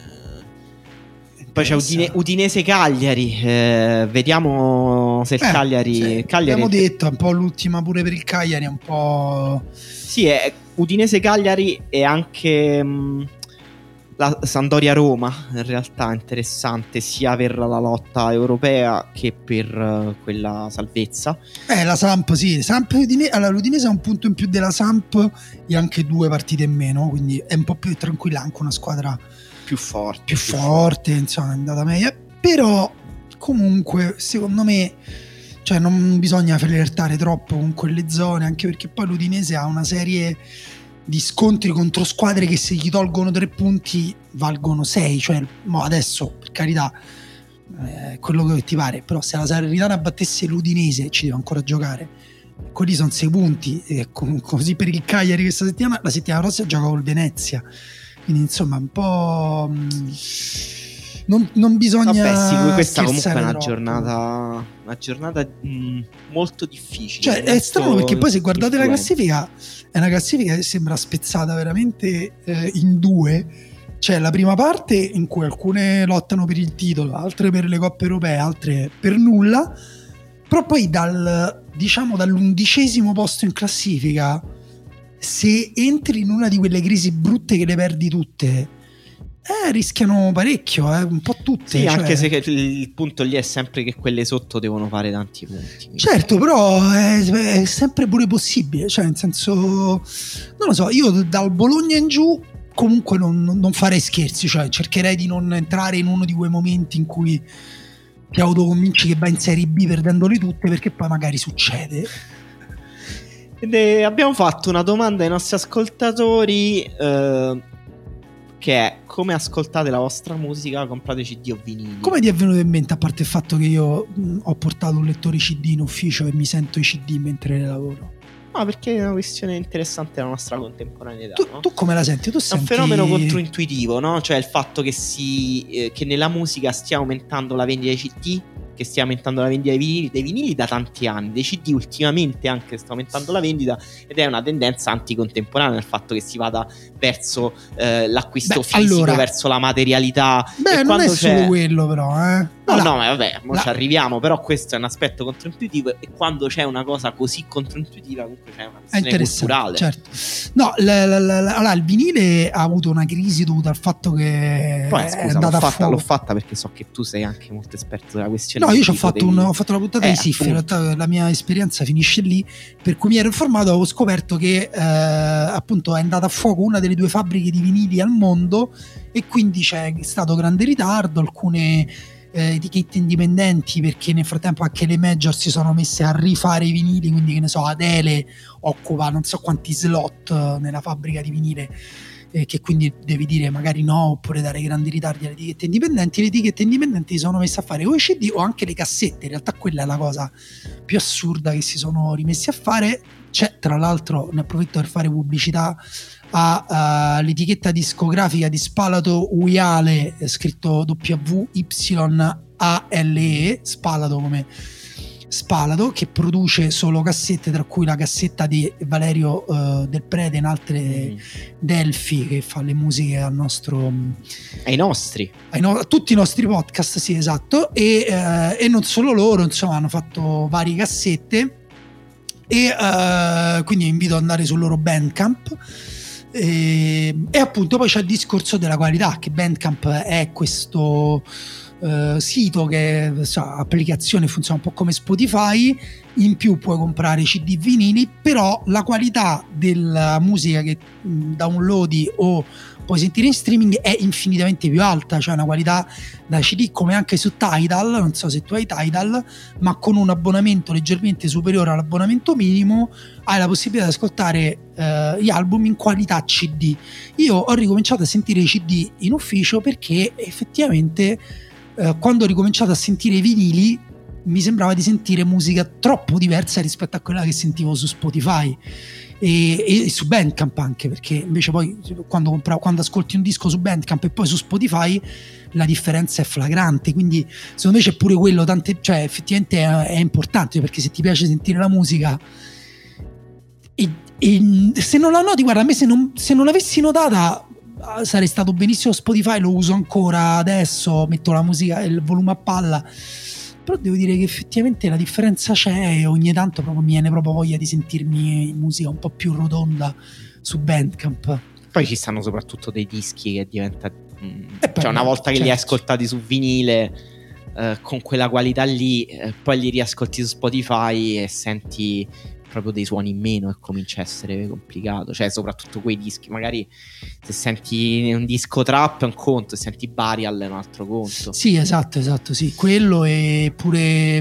Poi c'è Udine- Udinese-Cagliari, eh, vediamo se il Eh, Cagliari, sì, Cagliari abbiamo detto, è un po' l'ultima pure per il Cagliari, è un po'... sì, è Udinese-Cagliari e anche mh, la Sampdoria-Roma in realtà interessante sia per la lotta europea che per uh, quella salvezza. Eh, la Samp, sì, Samp Udine... allora, l'Udinese ha un punto in più della Samp e anche due partite in meno, quindi è un po' più tranquilla, anche una squadra più forte, più forte, insomma, è andata meglio. Però comunque secondo me, cioè, non bisogna flirtare troppo con quelle zone, anche perché poi l'Udinese ha una serie di scontri contro squadre che se gli tolgono tre punti valgono sei, cioè mo adesso per carità eh, quello che ti pare, però se la Salernitana battesse l'Udinese ci deve ancora giocare, quelli sono sei punti, e com- così per il Cagliari questa settimana, la settimana prossima gioca col Venezia. Quindi insomma un po' mh, non, non bisogna... Vabbè, sì, questa comunque è una troppo. giornata, una giornata mh, molto difficile. Cioè è molto strano perché poi se guardate la influente. classifica è una classifica che sembra spezzata veramente eh, in due. C'è la prima parte in cui alcune lottano per il titolo, altre per le coppe europee, altre per nulla, però poi dal, diciamo, dall'undicesimo posto in classifica, se entri in una di quelle crisi brutte che le perdi tutte, eh, rischiano parecchio, eh, un po' tutte. Sì, cioè... anche se il punto lì è sempre che quelle sotto devono fare tanti punti. Certo, però è, è sempre pure possibile, cioè nel senso, non lo so, io dal Bologna in giù comunque non, non farei scherzi, cioè cercherei di non entrare in uno di quei momenti in cui ti autoconvinci che vai in Serie B perdendole tutte, perché poi magari succede. Ed è, abbiamo fatto una domanda ai nostri ascoltatori eh, che è: come ascoltate la vostra musica? Comprate C D o vinili? Come ti è venuto in mente, a parte il fatto che io mh, ho portato un lettore C D in ufficio e mi sento i C D mentre lavoro? No, perché è una questione interessante della nostra contemporaneità. Tu, no? tu come la senti? Tu È un senti... fenomeno controintuitivo, no? Cioè il fatto che si eh, che nella musica stia aumentando la vendita dei C D, che stia aumentando la vendita dei vinili, dei vinili da tanti anni, dei C D ultimamente anche sta aumentando la vendita, ed è una tendenza anticontemporanea il fatto che si vada verso eh, l'acquisto Beh, fisico, allora- verso la materialità. Beh, E non quando è c'è- solo quello però, eh. No, Allora, no, ma vabbè, mo la- ci arriviamo, però questo è un aspetto controintuitivo e quando c'è una cosa così controintuitiva comunque c'è una è questione interessante, culturale. certo. No, la- la- la- la- allora, il vinile ha avuto una crisi dovuta al fatto che Poi è scusa, l'ho andata a fatta, fuoco. l'ho fatta perché so che tu sei anche molto esperto della questione. No, io ci ho quindi fatto, potevi- un, ho fatto la puntata Eh, di Sif, in appunto. realtà la mia esperienza finisce lì, per cui mi ero informato, avevo scoperto che eh, appunto è andata a fuoco una delle due fabbriche di vinili al mondo e quindi c'è stato grande ritardo, alcune eh, etichette indipendenti, perché nel frattempo anche le major si sono messe a rifare i vinili, quindi che ne so, Adele occupa non so quanti slot eh, nella fabbrica di vinile, eh, che quindi devi dire magari no, oppure dare grandi ritardi alle etichette indipendenti. Le etichette indipendenti si sono messe a fare o i C D o anche le cassette, in realtà quella è la cosa più assurda che si sono rimessi a fare. C'è, tra l'altro, ne approfitto per fare pubblicità ha uh, l'etichetta discografica di Spalato Uiale, scritto W Y A L E, Spalato come Spalato, che produce solo cassette, tra cui la cassetta di Valerio uh, Del Prete, in altre mm. Delfi, che fa le musiche al nostro ai nostri ai no, a tutti i nostri podcast, sì, esatto, e, uh, e non solo loro, insomma, hanno fatto varie cassette, e uh, quindi invito ad andare sul loro Bandcamp. E, e appunto poi c'è il discorso della qualità, che Bandcamp è questo Uh, sito che so, applicazione, funziona un po' come Spotify, in più puoi comprare C D vinili, però la qualità della musica che mh, downloadi o puoi sentire in streaming è infinitamente più alta, cioè una qualità da C D, come anche su Tidal, non so se tu hai Tidal, ma con un abbonamento leggermente superiore all'abbonamento minimo hai la possibilità di ascoltare uh, gli album in qualità C D. Io ho ricominciato a sentire i C D in ufficio perché effettivamente Uh, quando ho ricominciato a sentire i vinili mi sembrava di sentire musica troppo diversa rispetto a quella che sentivo su Spotify e, e su Bandcamp anche, perché invece poi quando, compro, quando ascolti un disco su Bandcamp e poi su Spotify la differenza è flagrante, quindi secondo me c'è pure quello, tante, cioè effettivamente è, è importante, perché se ti piace sentire la musica e, e se non la noti, guarda, a me se non, se non l'avessi notata sarei stato benissimo Spotify, lo uso ancora adesso, metto la musica, il volume a palla, però devo dire che effettivamente la differenza c'è e ogni tanto proprio mi viene proprio voglia di sentirmi musica un po' più rotonda su Bandcamp. Poi ci stanno soprattutto dei dischi che diventa mh, poi, cioè una volta che certo. li hai ascoltati su vinile eh, con quella qualità lì, eh, poi li riascolti su Spotify e senti proprio dei suoni in meno e comincia a essere complicato, cioè soprattutto quei dischi, magari se senti un disco trap è un conto, se senti Burial è un altro conto. Sì, esatto, esatto, sì, quello è pure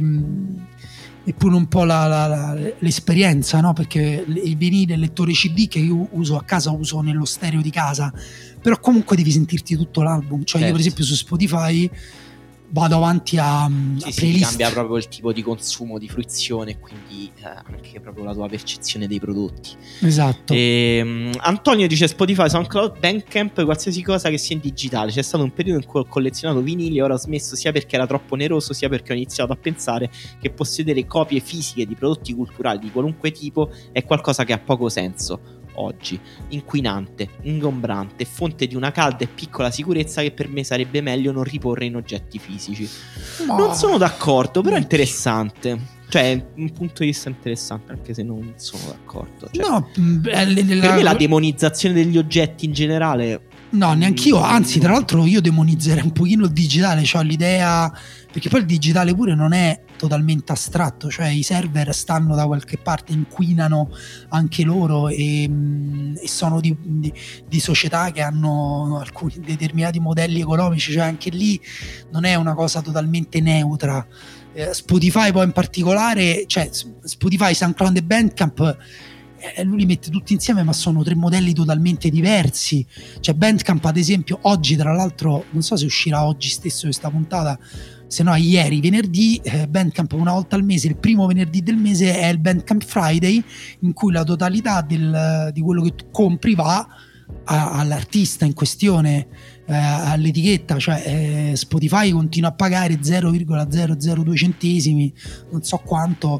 è pure un po' la, la, la, l'esperienza, no? Perché il vinile, il lettore C D che io uso a casa, uso nello stereo di casa, però comunque devi sentirti tutto l'album, cioè certo. Io per esempio su Spotify vado avanti a, sì, a sì, playlist. Cambia proprio il tipo di consumo, di fruizione e quindi eh, anche proprio la tua percezione dei prodotti. Esatto. E, um, Antonio dice Spotify, SoundCloud, Bandcamp, qualsiasi cosa che sia in digitale. C'è stato un periodo in cui ho collezionato vinili e ora ho smesso, sia perché era troppo oneroso, sia perché ho iniziato a pensare che possedere copie fisiche di prodotti culturali di qualunque tipo è qualcosa che ha poco senso oggi, inquinante, ingombrante, fonte di una calda e piccola sicurezza che per me sarebbe meglio non riporre in oggetti fisici. No. Non sono d'accordo, però è interessante. Cioè, un punto di vista interessante, anche se non sono d'accordo. Cioè, no, per me la demonizzazione degli oggetti in generale. No, neanch'io, anzi, tra l'altro io demonizzerei un pochino il digitale, cioè l'idea, perché poi il digitale pure non è totalmente astratto, cioè i server stanno da qualche parte, inquinano anche loro e, e sono di, di, di società che hanno alcuni determinati modelli economici, cioè anche lì non è una cosa totalmente neutra. eh, Spotify poi in particolare, cioè Spotify, SoundCloud e Bandcamp, eh, lui li mette tutti insieme, ma sono tre modelli totalmente diversi. Cioè Bandcamp ad esempio oggi, tra l'altro non so se uscirà oggi stesso questa puntata, se no ieri, venerdì, eh, Bandcamp una volta al mese, il primo venerdì del mese è il Bandcamp Friday, in cui la totalità del, di quello che tu compri va a, all'artista in questione, eh, all'etichetta, cioè eh, Spotify continua a pagare zero virgola zero zero due centesimi, non so quanto,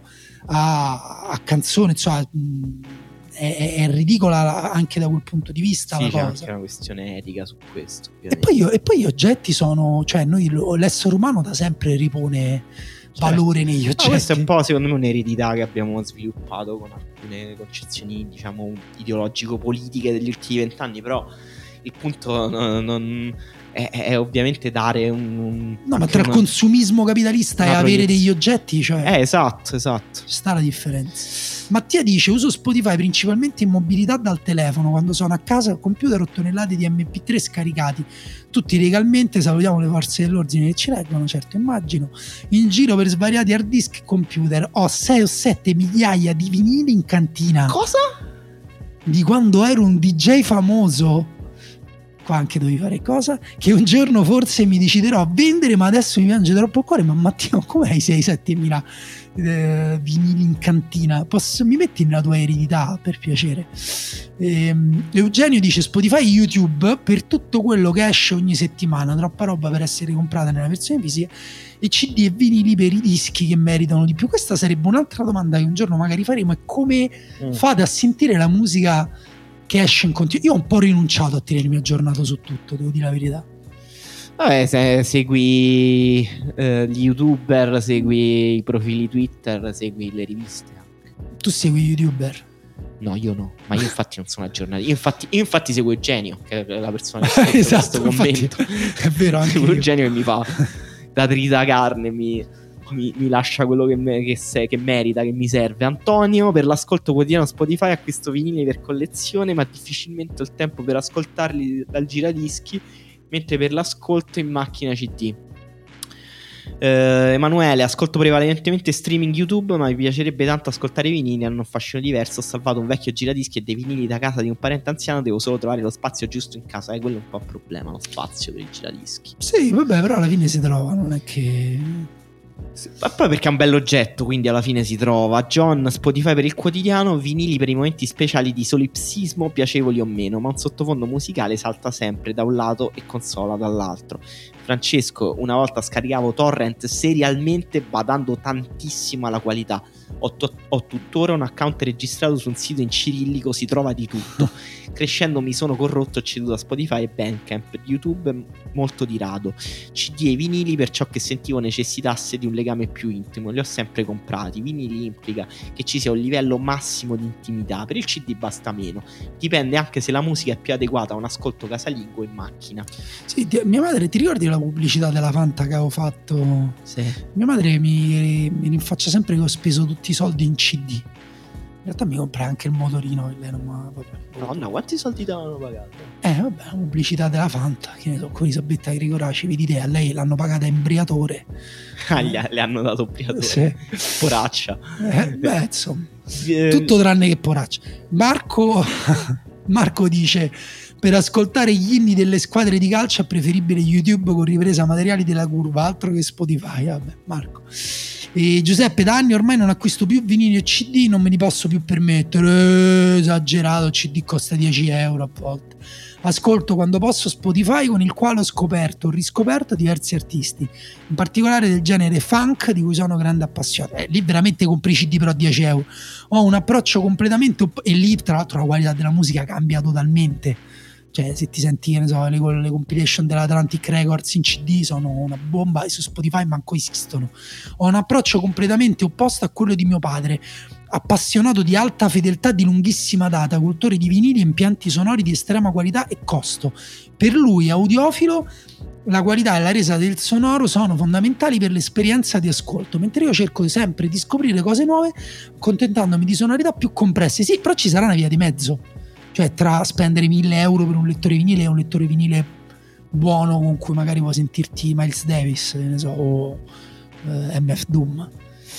a, a canzone, insomma è, è ridicola anche da quel punto di vista. Sì, la c'è cosa. anche una questione etica su questo. E poi, io, e poi gli oggetti sono, cioè noi, l'essere umano da sempre ripone valore certo. negli oggetti. No, questa è un po' secondo me un'eredità che abbiamo sviluppato con alcune concezioni, diciamo, ideologico-politiche degli ultimi vent'anni, però il punto non, non è, è ovviamente dare un, un no, ma tra una, il consumismo capitalista e avere degli oggetti, cioè eh, esatto, esatto, sta la differenza. Mattia dice: uso Spotify principalmente in mobilità dal telefono, quando sono a casa al computer ho tonnellate di emme pi tre scaricati tutti legalmente, salutiamo le forze dell'ordine che ci leggono, certo, immagino, in giro per svariati hard disk e computer. Ho sei o sette migliaia di vinili in cantina. Cosa? Di quando ero un D J famoso. qua anche dovevi fare cosa, che un giorno forse mi deciderò a vendere, ma adesso mi piange troppo il cuore. Ma Matteo, come hai sei sette mila eh, vinili in cantina? Posso, mi metti nella tua eredità, per piacere? ehm, Eugenio dice Spotify e YouTube per tutto quello che esce ogni settimana, troppa roba per essere comprata nella versione fisica, e C D e vinili per i dischi che meritano di più. Questa sarebbe un'altra domanda che un giorno magari faremo, è come mm. fate a sentire la musica che esce in continuo. Io ho un po' rinunciato a tenermi aggiornato su tutto, devo dire la verità. Vabbè, se segui eh, gli youtuber, segui i profili Twitter, segui le riviste anche. Tu segui youtuber? No, io no, ma io infatti non sono aggiornato. Io infatti, io infatti seguo Eugenio, che è la persona che ha esatto, questo commento. È vero, anche seguo io. Eugenio che mi fa da trita carne, mi... Mi, mi lascia quello che, me, che, se, che merita, che mi serve. Antonio, per l'ascolto quotidiano Spotify acquisto vinili per collezione, ma difficilmente ho il tempo per ascoltarli dal giradischi, mentre per l'ascolto in macchina C D. eh, Emanuele, ascolto prevalentemente streaming YouTube, ma mi piacerebbe tanto ascoltare i vinili, hanno un fascino diverso. Ho salvato un vecchio giradischi e dei vinili da casa di un parente anziano, devo solo trovare lo spazio giusto in casa. E eh, quello è un po' il problema, lo spazio per i giradischi. Sì, vabbè, però alla fine si trova, non è che... Ma poi perché è un bell'oggetto, quindi alla fine si trova. John, Spotify per il quotidiano, vinili per i momenti speciali di solipsismo, piacevoli o meno, ma un sottofondo musicale salta sempre da un lato e consola dall'altro. Francesco, una volta scaricavo torrent serialmente badando tantissimo alla qualità. Ho, to- ho tuttora un account registrato su un sito in cirillico, si trova di tutto. Crescendo mi sono corrotto, ho ceduto a Spotify e Bandcamp. YouTube molto di rado. C D e vinili per ciò che sentivo necessitasse di un legame più intimo, li ho sempre comprati. Vinili implica che ci sia un livello massimo di intimità, per il C D basta meno, dipende anche se la musica è più adeguata a un ascolto casalingo in macchina. Sì, ti, mia madre, ti ricordi la pubblicità della Fanta che avevo fatto? Sì. Mia madre mi, mi rinfaccia sempre che ho speso tutti i soldi in C D. In realtà mi comprai anche il motorino e lei non ma vabbè. No, no, quanti soldi ti avevano pagato? Eh vabbè, la pubblicità della Fanta, che ne so, con Isabetta Grigoraci, vedi te, a lei l'hanno pagata in Briatore. Ah, gli, le hanno dato Briatore. Sì. Poraccia. Eh, beh, insomma, tutto tranne che poraccia. Marco Marco dice: per ascoltare gli inni delle squadre di calcio è preferibile YouTube con ripresa materiali della curva, altro che Spotify. Vabbè, Marco. E Giuseppe, da anni ormai non acquisto più vinili e C D, non me li posso più permettere. Eh, esagerato, C D costa dieci euro a volte. Ascolto quando posso Spotify, con il quale ho scoperto o riscoperto diversi artisti, in particolare del genere funk, di cui sono grande appassionato. Eh, lì veramente compri C D però a dieci euro. Ho un approccio completamente op- e lì tra l'altro la qualità della musica cambia totalmente. Cioè, se ti senti, che ne so, le, le compilation dell'Atlantic Records in C D sono una bomba e su Spotify manco esistono. Ho un approccio completamente opposto a quello di mio padre, appassionato di alta fedeltà di lunghissima data, cultore di vinili e impianti sonori di estrema qualità e costo. Per lui, audiofilo, la qualità e la resa del sonoro sono fondamentali per l'esperienza di ascolto, mentre io cerco sempre di scoprire cose nuove, contentandomi di sonorità più compresse. Sì, però ci sarà una via di mezzo. Cioè, tra spendere mille euro per un lettore vinile e un lettore vinile buono con cui magari puoi sentirti Miles Davis, ne so, o eh, M F Doom.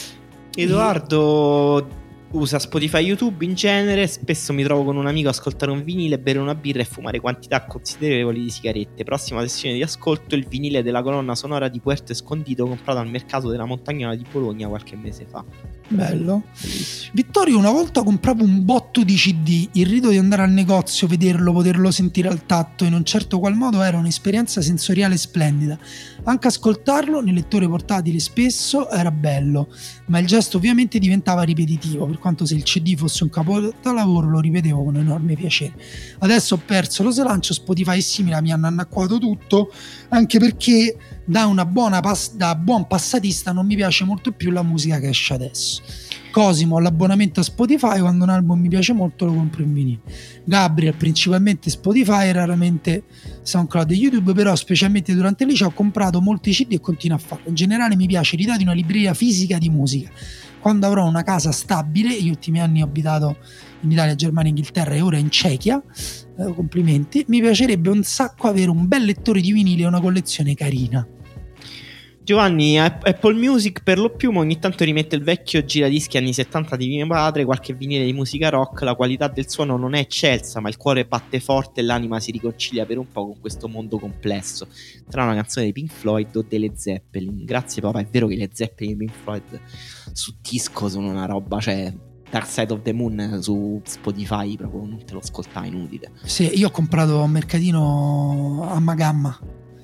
Edoardo usa Spotify, YouTube in genere. Spesso mi trovo con un amico a ascoltare un vinile, bere una birra e fumare quantità considerevoli di sigarette. Prossima sessione di ascolto, il vinile della colonna sonora di Puerto Escondido, comprato al mercato della Montagnola di Bologna qualche mese fa. Bello. Bellissimo. Vittorio, una volta compravo un botto di C D, il rito di andare al negozio, vederlo, poterlo sentire al tatto in un certo qual modo era un'esperienza sensoriale splendida. Anche ascoltarlo nel lettore portatile spesso era bello, ma il gesto ovviamente diventava ripetitivo, per quanto se il C D fosse un capolavoro lo rivedevo con enorme piacere. Adesso ho perso lo slancio, Spotify e simili mi hanno annacquato tutto, anche perché da una buona pass- da buon passatista non mi piace molto più la musica che esce adesso. Cosimo, ho l'abbonamento a Spotify, quando un album mi piace molto lo compro in vinile. Gabriel, principalmente Spotify, raramente SoundCloud e YouTube, però specialmente durante il liceo ho comprato molti C D e continuo a farlo. In generale mi piace l'idea di una libreria fisica di musica. Quando avrò una casa stabile, gli ultimi anni ho abitato in Italia, Germania, Inghilterra e ora in Cechia, eh, complimenti, mi piacerebbe un sacco avere un bel lettore di vinili e una collezione carina. Giovanni, Apple Music per lo più, ma ogni tanto rimette il vecchio giradischi anni settanta di mio padre, qualche vinile di musica rock. La qualità del suono non è eccelsa, ma il cuore batte forte e l'anima si riconcilia per un po' con questo mondo complesso, tra una canzone dei Pink Floyd o delle Zeppelin. Grazie papà, è vero che le Zeppelin e Pink Floyd su disco sono una roba, cioè Dark Side of the Moon su Spotify proprio non te lo ascoltai, inutile. Sì, io ho comprato a un mercatino a Magamma,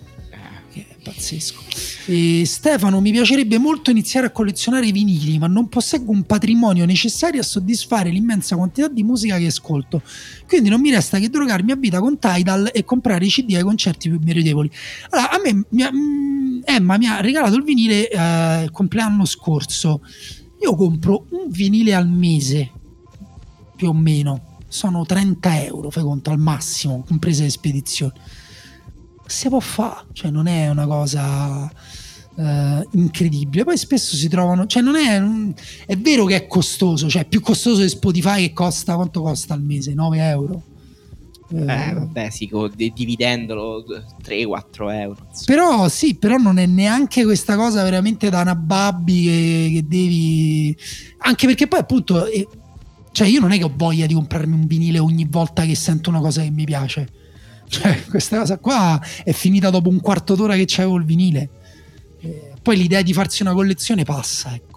che è pazzesco. E Stefano, mi piacerebbe molto iniziare a collezionare vinili, ma non posseggo un patrimonio necessario a soddisfare l'immensa quantità di musica che ascolto, quindi non mi resta che drogarmi a vita con Tidal e comprare i C D ai concerti più meritevoli. Allora, a me mi ha, Emma mi ha regalato il vinile eh, il compleanno scorso. Io compro un vinile al mese più o meno, sono trenta euro, fai conto, al massimo, comprese le spedizioni. Si può fare, cioè non è una cosa uh, incredibile. Poi spesso si trovano, cioè non è è vero che è costoso, cioè è più costoso di Spotify, che costa, quanto costa al mese? nove euro. Eh vabbè sì, dividendolo tre quattro euro. Però sì, però non è neanche questa cosa veramente da nababbi che, che devi, anche perché poi appunto eh, cioè io non è che ho voglia di comprarmi un vinile ogni volta che sento una cosa che mi piace, cioè questa cosa qua è finita dopo un quarto d'ora che c'avevo il vinile, eh, poi l'idea di farsi una collezione passa, ecco.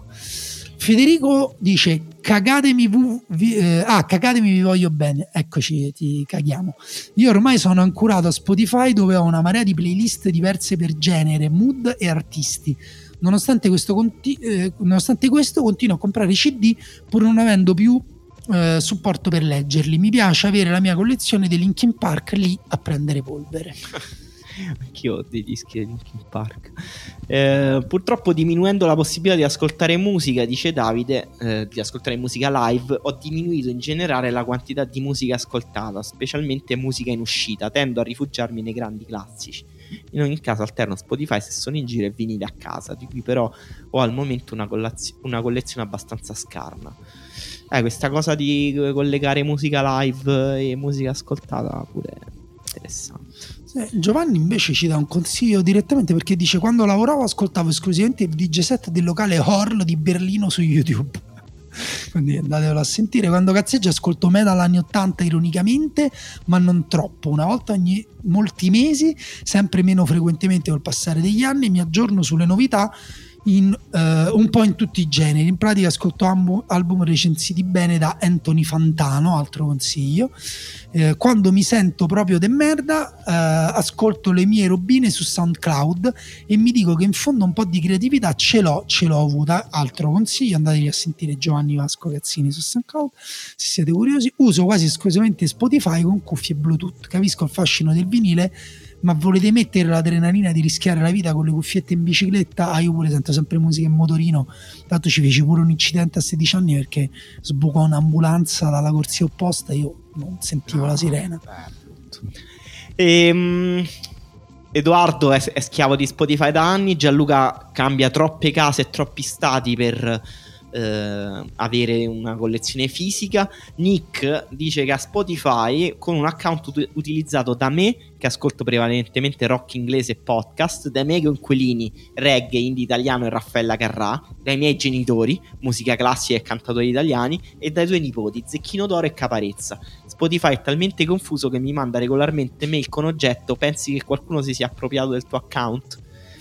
Federico dice cagatemi v- vi, eh, ah cagatemi vi voglio bene, eccoci, ti caghiamo. Io ormai sono ancurato a Spotify, dove ho una marea di playlist diverse per genere, mood e artisti. Nonostante questo, conti- eh, nonostante questo continuo a comprare C D pur non avendo più eh, supporto per leggerli. Mi piace avere la mia collezione dei Linkin Park lì a prendere polvere. Anch'io ho dei dischi di Linkin Park. Eh, purtroppo, diminuendo la possibilità di ascoltare musica, dice Davide, eh, di ascoltare musica live, ho diminuito in generale la quantità di musica ascoltata, specialmente musica in uscita. Tendo a rifugiarmi nei grandi classici. In ogni caso alterno Spotify se sono in giro e vinili a casa, di cui però ho al momento una, collazio- una collezione abbastanza scarna. Eh, questa cosa di collegare musica live e musica ascoltata pure interessante. Giovanni invece ci dà un consiglio direttamente, perché dice: quando lavoravo ascoltavo esclusivamente il D J set del locale Horl di Berlino su YouTube. Quindi andatevelo a sentire. Quando cazzeggio ascolto metal anni ottanta ironicamente, ma non troppo, una volta ogni molti mesi, sempre meno frequentemente col passare degli anni. Mi aggiorno sulle novità in, uh, un po' in tutti i generi. In pratica ascolto album, album recensiti bene da Anthony Fantano, altro consiglio. Eh, quando mi sento proprio de merda, uh, ascolto le mie robine su SoundCloud e mi dico che in fondo un po' di creatività ce l'ho, ce l'ho avuta. Altro consiglio, andatevi a sentire Giovanni Vasco Cazzini su SoundCloud se siete curiosi. Uso quasi esclusivamente Spotify con cuffie Bluetooth. Capisco il fascino del vinile, ma volete mettere l'adrenalina di rischiare la vita con le cuffiette in bicicletta? Ah, io pure sento sempre musica in motorino, tanto ci feci pure un incidente a sedici anni perché sbucò un'ambulanza dalla corsia opposta, io non sentivo no, la sirena. ehm, Edoardo è, è schiavo di Spotify da anni. Gianluca cambia troppe case e troppi stati per Uh, avere una collezione fisica. Nick dice che ha Spotify con un account ut- utilizzato da me, che ascolto prevalentemente rock inglese e podcast, dai miei coinquilini reggae, indie italiano e Raffaella Carrà, dai miei genitori musica classica e cantatori italiani, e dai tuoi nipoti Zecchino d'Oro e Caparezza. Spotify è talmente confuso che mi manda regolarmente mail con oggetto: pensi che qualcuno si sia appropriato del tuo account?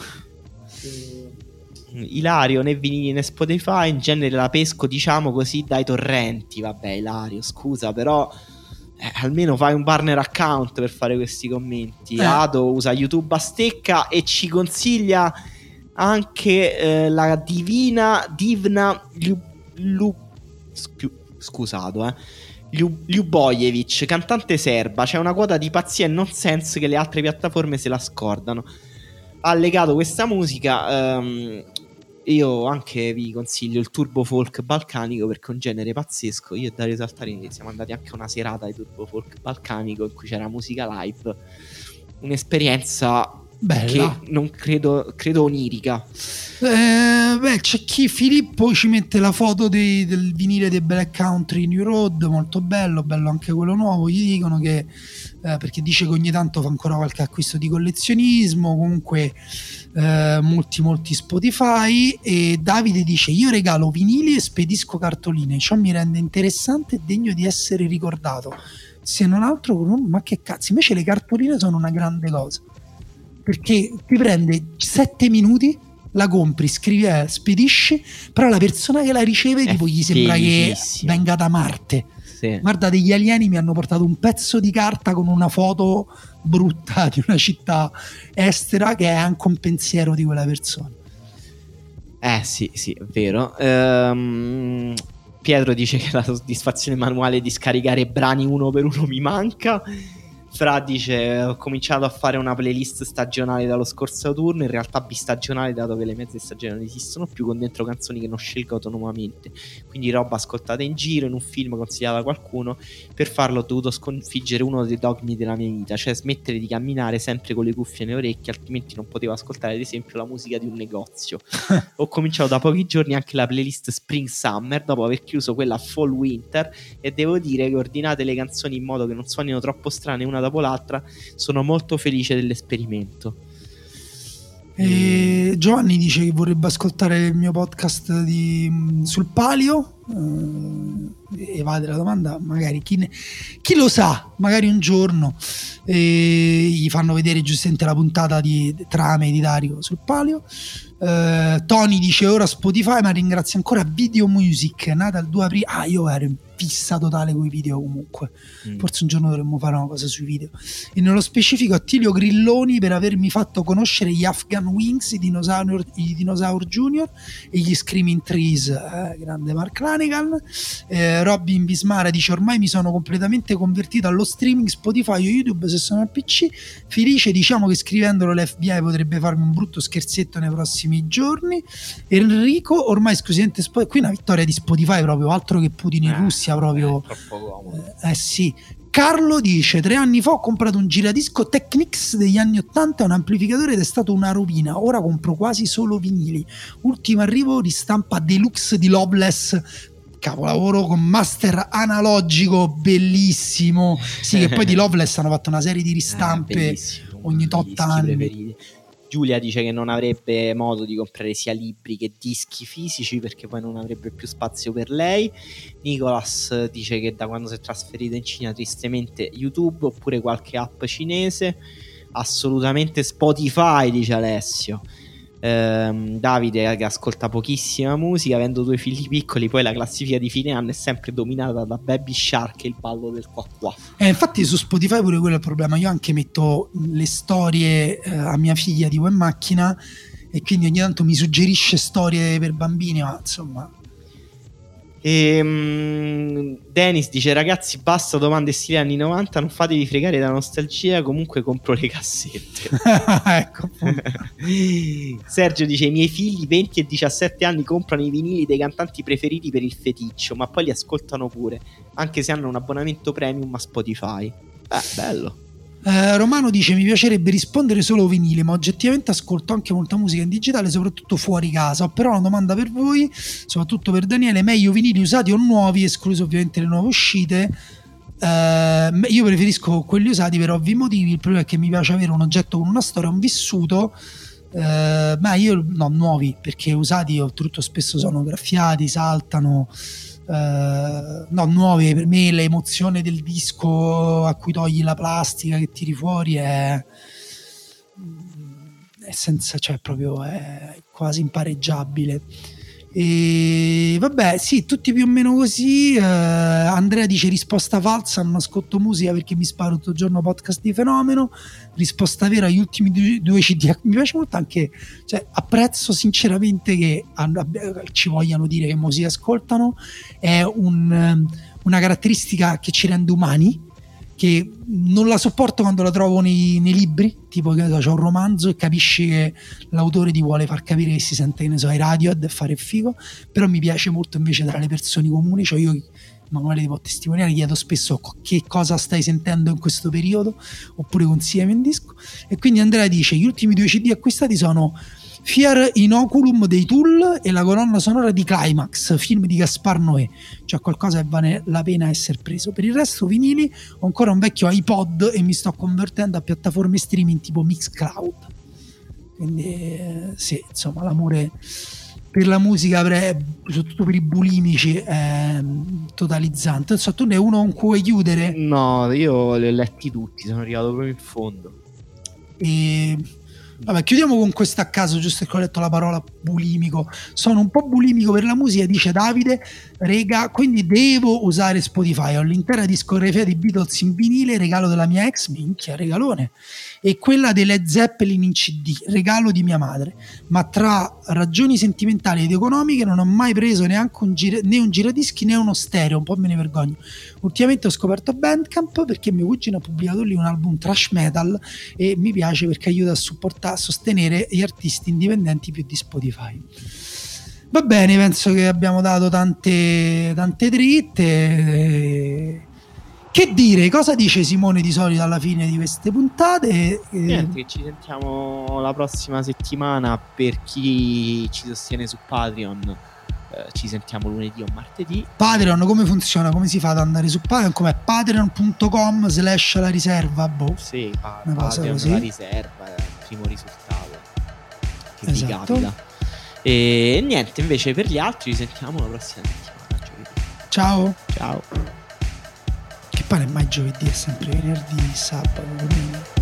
Ilario, né vinili né Spotify, in genere la pesco, diciamo così, dai torrenti. Vabbè Ilario, scusa, però eh, almeno fai un partner account per fare questi commenti. eh. Ado usa YouTube a stecca e ci consiglia anche eh, la divina Divna Lu, Lu, scu, scusato eh Ljubojevic, cantante serba. C'è una quota di pazzia e nonsense che le altre piattaforme se la scordano. Ha legato questa musica. um, Io anche vi consiglio il turbo folk balcanico, perché è un genere pazzesco. Io e Dario Saltarini siamo andati anche a una serata di turbo folk balcanico in cui c'era musica live, un'esperienza Bella. che non credo, credo onirica. Eh, beh, c'è chi Filippo ci mette la foto dei, del vinile dei Black Country New Road, molto bello, bello anche quello nuovo. Gli dicono che eh, perché dice che ogni tanto fa ancora qualche acquisto di collezionismo, comunque eh, molti molti Spotify. E Davide dice: io regalo vinili e spedisco cartoline, ciò mi rende interessante e degno di essere ricordato, se non altro con un... ma che cazzo, invece le cartoline sono una grande cosa, perché ti prende sette minuti, la compri, scrivi, eh, spedisci, però la persona che la riceve È tipo gli sembra che felicissima. venga da Marte. Sì. Guarda, degli alieni mi hanno portato un pezzo di carta con una foto brutta di una città estera che è anche un pensiero di quella persona. Eh sì, sì, è vero. Ehm, Pietro dice che la soddisfazione manuale di scaricare brani uno per uno mi manca. Fra dice: ho cominciato a fare una playlist stagionale dallo scorso autunno, in realtà bistagionale dato che le mezze stagioni non esistono più, con dentro canzoni che non scelgo autonomamente, quindi roba ascoltata in giro, in un film consigliata da qualcuno. Per farlo ho dovuto sconfiggere uno dei dogmi della mia vita, cioè smettere di camminare sempre con le cuffie nelle orecchie, altrimenti non potevo ascoltare ad esempio la musica di un negozio. Ho cominciato da pochi giorni anche la playlist Spring Summer dopo aver chiuso quella Fall Winter, e devo dire che ordinate le canzoni in modo che non suonino troppo strane una dopo l'altra, sono molto felice dell'esperimento. E Giovanni dice che vorrebbe ascoltare il mio podcast di, sul palio. Eh, evade la domanda, magari chi, ne, chi lo sa, magari un giorno eh, gli fanno vedere giustamente la puntata di Trame di Dario sul palio. eh, Tony dice ora Spotify, ma ringrazio ancora Video Music, nata il due aprile. Ah, io ero in fissa totale con i video comunque. Mm. Forse un giorno dovremmo fare una cosa sui video. E nello specifico Attilio Grilloni per avermi fatto conoscere gli Afghan Wings, i Dinosaur, i Dinosaur Junior e gli Screaming Trees. Eh, grande Mark Lanigan. eh, Robin Bismara dice ormai mi sono completamente convertito allo streaming Spotify o YouTube se sono al P C. Felice, diciamo che scrivendolo l'F B I potrebbe farmi un brutto scherzetto nei prossimi giorni. Enrico ormai esclusivamente Spotify. Qui una vittoria di Spotify proprio, altro che Putin in eh. Russia proprio eh, troppo comodo. Eh, eh sì. Carlo dice tre anni fa ho comprato un giradisco Technics degli anni ottanta, un amplificatore ed è stato una rovina, ora compro quasi solo vinili, ultimo arrivo di stampa deluxe di Loveless, capolavoro con master analogico bellissimo. Sì, che poi di Loveless hanno fatto una serie di ristampe eh, ogni tot anni. Preferiti. Giulia dice che non avrebbe modo di comprare sia libri che dischi fisici perché poi non avrebbe più spazio per lei. Nicolas dice che da quando si è trasferito in Cina tristemente YouTube oppure qualche app cinese. Assolutamente Spotify, dice Alessio. ehm, Davide che ascolta pochissima musica, avendo due figli piccoli, poi la classifica di fine anno è sempre dominata da Baby Shark e il ballo del qua qua. Eh, infatti su Spotify pure quello è il problema, io anche metto le storie eh, a mia figlia tipo in macchina e quindi ogni tanto mi suggerisce storie per bambini, ma insomma. E, um, Dennis dice ragazzi basta domande stile anni novanta, non fatevi fregare da nostalgia, comunque compro le cassette. Ecco. Sergio dice i miei figli venti e diciassette anni comprano i vinili dei cantanti preferiti per il feticcio, ma poi li ascoltano pure anche se hanno un abbonamento premium a Spotify. Eh, bello. Uh, Romano dice mi piacerebbe rispondere solo vinile, ma oggettivamente ascolto anche molta musica in digitale, soprattutto fuori casa. Ho però una domanda per voi, soprattutto per Daniele: meglio vinili usati o nuovi, escluso ovviamente le nuove uscite? Uh, io preferisco quelli usati per ovvi motivi. Il problema è che mi piace avere un oggetto con una storia, un vissuto. Uh, ma io no, nuovi, perché usati oltretutto spesso sono graffiati, saltano. Uh, no, nuove per me l'emozione del disco a cui togli la plastica che tiri fuori è, è senza, cioè proprio è quasi impareggiabile. E vabbè, sì, tutti più o meno così. uh, Andrea dice risposta falsa, non ascolto musica perché mi sparo tutto il giorno podcast di Fenomeno. Risposta vera, gli ultimi due, due C D. Mi piace molto anche, cioè apprezzo sinceramente che ci vogliano dire che musica ascoltano, è un, una caratteristica che ci rende umani, che non la sopporto quando la trovo nei, nei libri, tipo che c'è un romanzo e capisci che l'autore ti vuole far capire che si sente, che ne so, ai Radiohead e fare il figo, però mi piace molto invece tra le persone comuni, cioè io Manuele ti può testimoniare, chiedo spesso che cosa stai sentendo in questo periodo, oppure consigliami un disco. E quindi Andrea dice: gli ultimi due C D acquistati sono Fear Inoculum dei Tool e la colonna sonora di Climax, film di Gaspar Noé, cioè qualcosa che vale la pena essere preso. Per il resto vinili ho ancora un vecchio iPod e mi sto convertendo a piattaforme streaming tipo Mixcloud. Quindi eh, sì, insomma, l'amore per la musica, soprattutto per i bulimici, è totalizzante. Non so, tu ne hai uno con cui vuoi chiudere? No, io li ho letti tutti, sono arrivato proprio in fondo. E vabbè, chiudiamo con questo a caso, giusto che ho letto la parola bulimico. Sono un po' bulimico per la musica, dice Davide, rega, quindi devo usare Spotify. Ho l'intera discografia di Beatles in vinile, regalo della mia ex, minchia, regalone, e quella delle Zeppelin in C D, regalo di mia madre. Ma tra ragioni sentimentali ed economiche non ho mai preso neanche un giro, né un giradischi né uno stereo, un po' me ne vergogno. Ultimamente ho scoperto Bandcamp perché mio cugino ha pubblicato lì un album thrash metal e mi piace perché aiuta a supportare, a sostenere gli artisti indipendenti più di Spotify. Va bene, penso che abbiamo dato tante tante dritte. Che dire, cosa dice Simone di solito alla fine di queste puntate? Niente, che ci sentiamo la prossima settimana. Per chi ci sostiene su Patreon, eh, ci sentiamo lunedì o martedì. Patreon come funziona? Come si fa ad andare su Patreon? Com'è? patreon punto com slash la riserva, boh. Sì, pa- una cosa Patreon, così. La riserva, il primo risultato che Esatto. vi capita. E niente, invece per gli altri ci sentiamo la prossima settimana, giovedì. Ciao. Ciao. Che pare mai giovedì, è sempre venerdì, sabato, domenica.